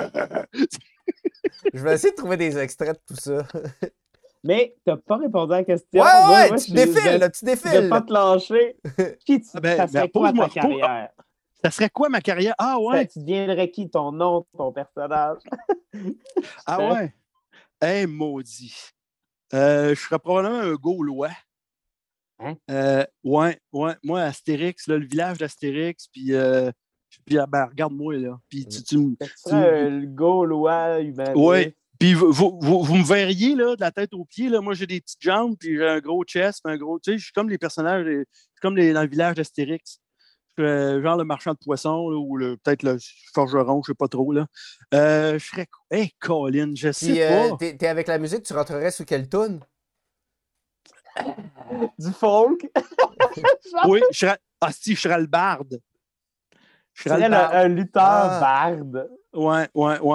Je vais essayer de trouver des extraits de tout ça. Mais tu n'as pas répondu à la question. Ouais, tu défiles. Je vais pas te lâcher. Ça serait quoi ta carrière? Ça serait quoi ma carrière? Ah ouais? Tu deviendrais qui? Ton nom, ton personnage? Ah ouais? Hey, maudit. Je serais probablement un Gaulois. Hein? Ouais. Moi, Astérix, là, le village d'Astérix, puis ben, regarde-moi, là. Puis tu serais le Gaulois humain. Ouais. Puis vous me verriez, là, de la tête aux pieds, là. Moi, j'ai des petites jambes, puis j'ai un gros chest, un gros... Tu sais, je suis comme les personnages, je suis comme dans le village d'Astérix. Genre le marchand de poissons, là, ou peut-être le forgeron, je sais pas trop, là. Je serais... Hey, Colin, je sais pas. T'es avec la musique, tu rentrerais sous quelle toune? Du folk? Oui, je serais le barde. Je serais un lutteur barde. Ouais.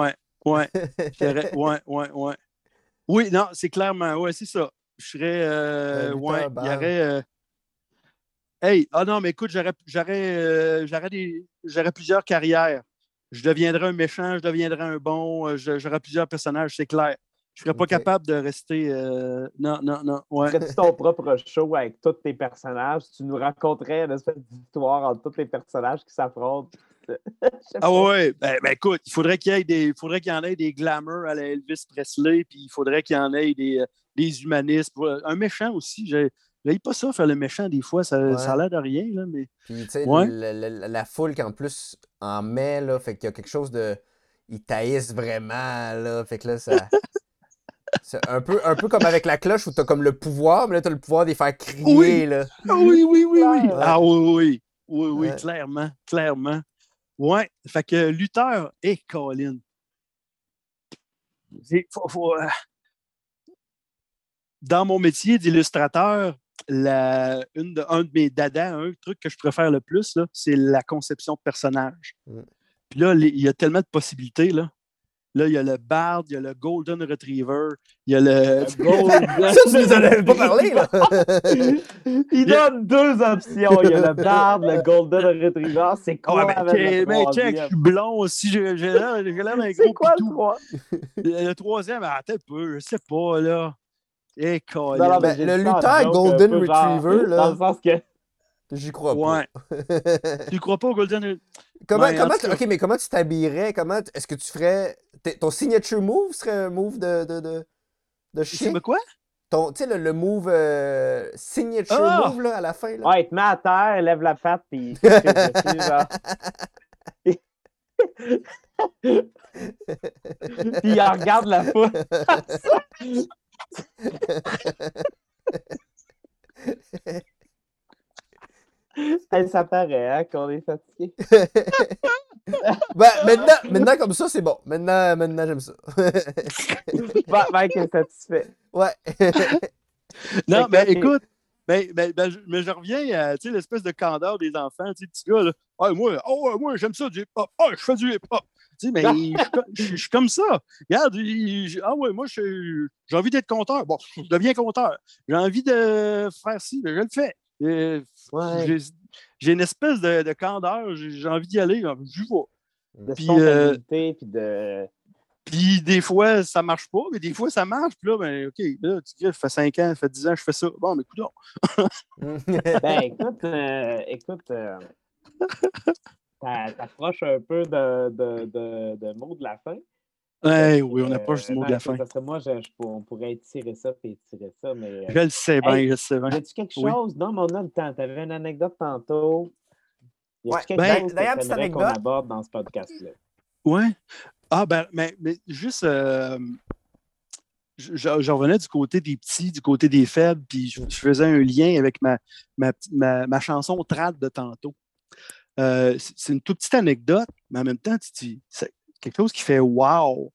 Ouais. Oui, non, c'est clairement, ouais, c'est ça. Je serais, ouais, il y aurait... Hey, non, mais écoute, j'aurais plusieurs carrières. Je deviendrais un méchant, je deviendrais un bon, j'aurais plusieurs personnages, c'est clair. Je serais pas capable de rester... Non, ouais. Ferais-tu ton propre show avec tous tes personnages? Tu nous raconterais une espèce d'histoire entre tous les personnages qui s'affrontent? Ah ouais, ben écoute, il faudrait qu'il y en ait des glamours à la Elvis Presley, puis il faudrait qu'il y en ait des humanistes. Un méchant aussi, j'aime pas ça, faire le méchant des fois, ça a l'air de rien, là, mais... Puis tu sais, la foule qui en plus en met, là, fait qu'il y a quelque chose de... Ils taillissent vraiment, là, fait que là, ça... C'est un peu comme avec la cloche où t'as comme le pouvoir, mais là, t'as le pouvoir de les faire crier, oui. là. Oui. Ouais. Ah oui, Ouais. clairement. Ouais, fait que lutteur et Colin. Dans mon métier d'illustrateur, un de mes dadas, un truc que je préfère le plus, là, c'est la conception de personnages. Puis là, il y a tellement de possibilités, là. Là, il y a le Bard, il y a le Golden Retriever, il y a le Golden... Ça, tu nous en avais pas parlé, là! Il donne 2 options. Il y a le Bard, le Golden Retriever. C'est quoi mais check, je suis blond aussi, j'ai l'air d'un gros quoi pitou. Le troisième, attends un peu, je sais pas, là. Le lutteur Golden Retriever, là... Dans le sens que... J'y crois pas. Ouais. Tu crois pas au Golden... mais comment tu t'habillerais? Est-ce que tu ferais... Ton signature move serait un move de chien? C'est quoi? Tu sais, le move signature move, là, à la fin, là. Ouais, il te met à terre, lève la patte, puis... Puis il regarde la foule. Ça paraît, hein, qu'on est fatigué. Maintenant, comme ça, c'est bon. Maintenant j'aime ça. Mike est satisfait. Ouais. Non, mais écoute, mais je reviens à l'espèce de candeur des enfants, tu sais, petit gars, là. Moi, j'aime ça du hip-hop. Je fais du hip-hop. Tu sais, mais je suis comme ça. Regarde, ah ouais, moi, j'ai envie d'être compteur. Bon, je deviens compteur. J'ai envie de faire ci, mais je le fais. Ouais. J'ai une espèce de candeur, j'ai envie d'y aller, j'y vais. De Puis, spontanéité, puis de... Puis des fois, ça marche pas, mais des fois, ça marche. Puis là, ben, OK, là, tu dis, ça fait 5 ans, ça fait 10 ans que je fais ça. Bon, mais écoute. Ben, écoute, t'approches un peu de mots de la fin. Ouais, oui, on approche du mot non, de la écoute, fin. parce que moi, on pourrait étirer ça puis étirer ça, mais... Je le sais bien, hey, je le sais bien. y a-tu quelque Oui. chose? Non, mais on a le temps. T'avais une anecdote tantôt. Y a-tu Ouais, quelque chose que d'ailleurs, petite t'aimerais qu'on anecdote. aborde dans ce podcast-là? Ouais. Ah, ben, mais juste, je revenais du côté des petits, du côté des faibles, puis je faisais un lien avec ma chanson trad de tantôt. C'est une toute petite anecdote, mais en même temps, c'est quelque chose qui fait wow.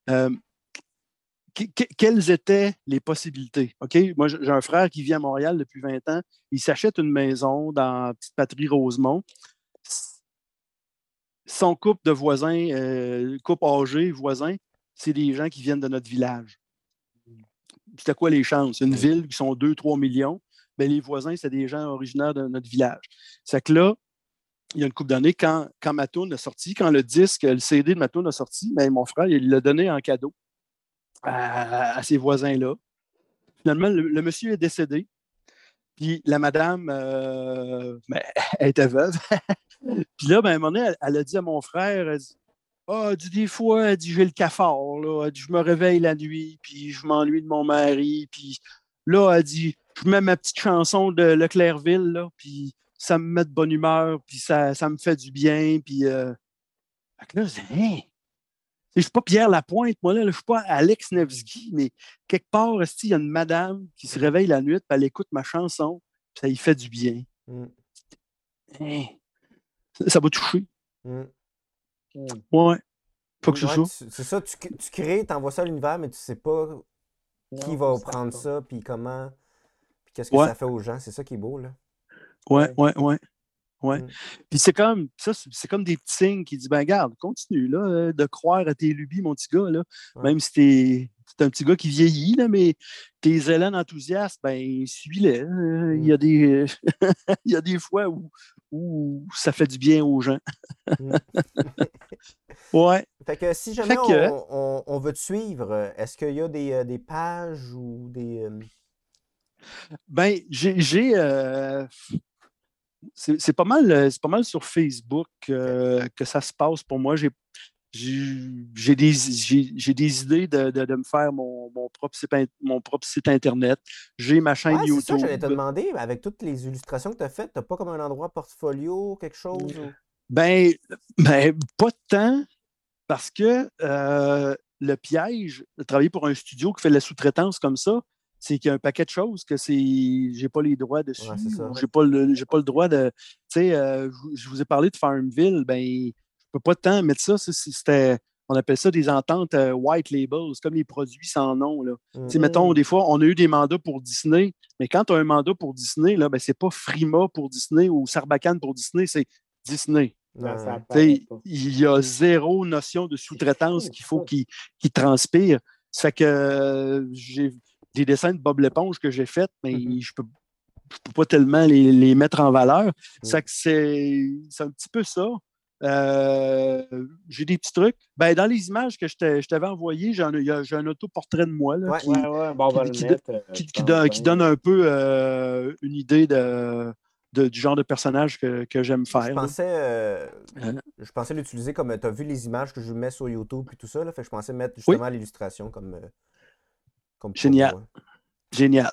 Quelles étaient les possibilités? OK? Moi, j'ai un frère qui vit à Montréal depuis 20 ans. Il s'achète une maison dans la petite patrie Rosemont. Son couple de voisins, couple âgé, voisins, c'est des gens qui viennent de notre village. C'était quoi les chances? Une ville qui sont 2-3 millions, bien, les voisins, c'est des gens originaires de notre village. C'est que là, il y a une couple d'années, quand ma toune a sorti, quand le disque, le CD de ma toune a sorti, bien, mon frère, il l'a donné en cadeau à ses voisins-là. Finalement, le monsieur est décédé. Puis la madame, ben, elle était veuve. Puis là, ben, à un moment donné, elle a dit à mon frère, elle dit, ah, des fois, elle dit, j'ai le cafard, là. Elle dit, je me réveille la nuit, puis je m'ennuie de mon mari. Puis là, elle dit, je mets ma petite chanson de Leclercville, là, puis ça me met de bonne humeur, puis ça me fait du bien. Puis là, je dis, hein? Je ne suis pas Pierre Lapointe, moi, là, je ne suis pas Alex Nevsky, mais quelque part, il y a une madame qui se réveille la nuit, puis elle écoute ma chanson, puis ça lui fait du bien. Hein? Ça va toucher. Ouais. Faut que ce soit. C'est ça, tu crées, tu envoies ça à l'univers, mais tu sais pas qui va prendre ça, puis comment, puis qu'est-ce que ça fait aux gens. C'est ça qui est beau, là. Ouais. Puis c'est comme ça, c'est comme des petits signes qui disent, ben garde, continue là, de croire à tes lubies, mon petit gars, là. Même si t'es un petit gars qui vieillit, là, mais tes élans enthousiastes, ben suis-les. Il y a des il y a des fois où ça fait du bien aux gens. Ouais. Fait que si jamais on veut te suivre, est-ce qu'il y a des pages ou des... Ben, c'est pas mal sur Facebook que ça se passe pour moi. J'ai des idées de me faire mon propre site Internet. J'ai ma chaîne YouTube. C'est ça, j'allais te demander, avec toutes les illustrations que tu as faites, tu n'as pas comme un endroit portfolio, quelque chose? Ou... Ben, pas de temps, parce que le piège de travailler pour un studio qui fait de la sous-traitance comme ça, c'est qu'il y a un paquet de choses que j'ai pas les droits dessus, ou j'ai pas le droit de... Tu sais, je vous ai parlé de Farmville, ben, je peux pas tant mettre ça. On appelle ça des ententes white labels, comme les produits sans nom, là. Tu sais, mettons, des fois, on a eu des mandats pour Disney, mais quand tu as un mandat pour Disney, là, ben, c'est pas Frima pour Disney ou Sarbacane pour Disney, c'est Disney. Il y a zéro notion de sous-traitance qu'il faut qu'il transpire. Ça fait que j'ai des dessins de Bob l'éponge que j'ai faits, mais je peux pas tellement les mettre en valeur. Ça que c'est un petit peu ça. J'ai des petits trucs. Ben, dans les images que je t'avais envoyées, j'ai un autoportrait de moi là, qui donne un peu une idée du genre de personnage que j'aime faire. Je pensais l'utiliser comme tu as vu les images que je mets sur YouTube et tout ça. Là, fait que je pensais mettre justement l'illustration comme Génial. Génial.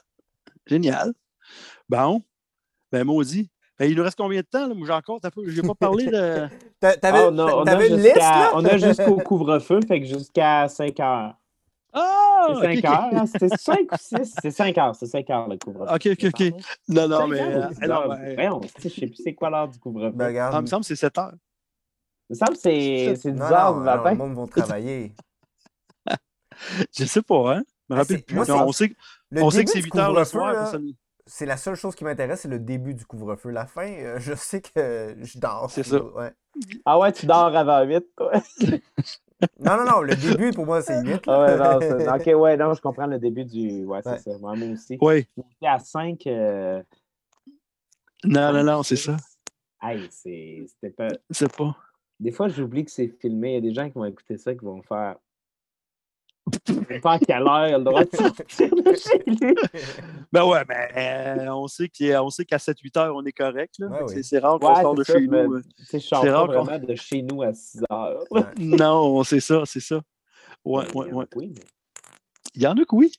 Bon. Ben, maudit. Ben, il nous reste combien de temps? Là? Moi, j'ai pas parlé de... T'avais une liste, là? On a jusqu'au couvre-feu, fait que jusqu'à 5 heures. Ah! C'est 5 heures, hein? C'était 5 ou 6? C'est 5 heures, le couvre-feu. OK. Non, mais... Je sais plus c'est quoi l'heure du couvre-feu. Il me semble que c'est 7 heures. Il me semble que c'est 10 heures du matin. Le monde va travailler. Je sais pas, hein? Je me rappelle plus. On sait que c'est 8 heures le soir. c'est la seule chose qui m'intéresse, c'est le début du couvre-feu. La fin, je sais que je dors. C'est ça. Ouais. Ah ouais, tu dors avant 8, toi? Non, le début, pour moi, c'est 8. Ah ouais, non, ok, ouais, non, je comprends le début du. Ouais, c'est Ouais. ça. Moi aussi. Oui. J'étais à 5. Non, c'est ça. Hey, c'était pas. C'est pas. Des fois, j'oublie que c'est filmé. Il y a des gens qui vont écouter ça qui vont faire. Pas à quelle heure il a le droit de sortir de chez lui. Ben ouais, on sait qu'à 7-8 heures, on est correct. Là. Ouais, oui. C'est rare qu'on sort de c'est ça, chez mais, nous. tu sais, je sors c'est pas rare qu'on- vraiment de chez nous à 6 heures. Ouais. Non, c'est ça. Ouais. Oui, mais Il y en a que oui.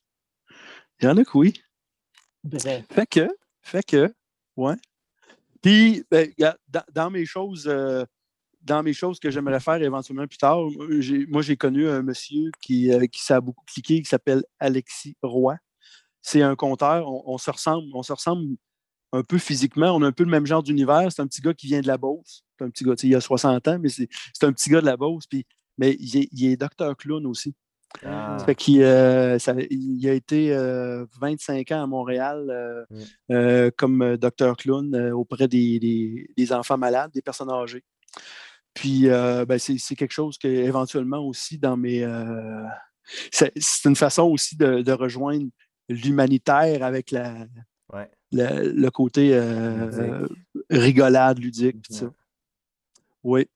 bref. Fait que, ouais. Puis, ben, dans mes choses que j'aimerais faire éventuellement plus tard, moi, j'ai connu un monsieur qui ça a beaucoup cliqué, qui s'appelle Alexis Roy. C'est un conteur. On se ressemble un peu physiquement. On a un peu le même genre d'univers. C'est un petit gars qui vient de la Beauce. C'est un petit gars, il a 60 ans, mais c'est un petit gars de la Beauce. Mais il est docteur clown aussi. Ah. Ça fait qu'il il a été 25 ans à Montréal comme docteur clown auprès des enfants malades, des personnes âgées. Puis, c'est quelque chose que éventuellement aussi dans mes... c'est une façon aussi de rejoindre l'humanitaire avec le côté rigolade, ludique. Puis ça. Oui.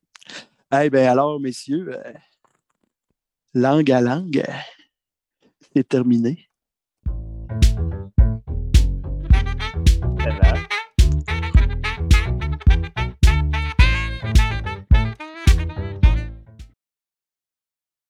Alors, messieurs, langue à langue, c'est terminé.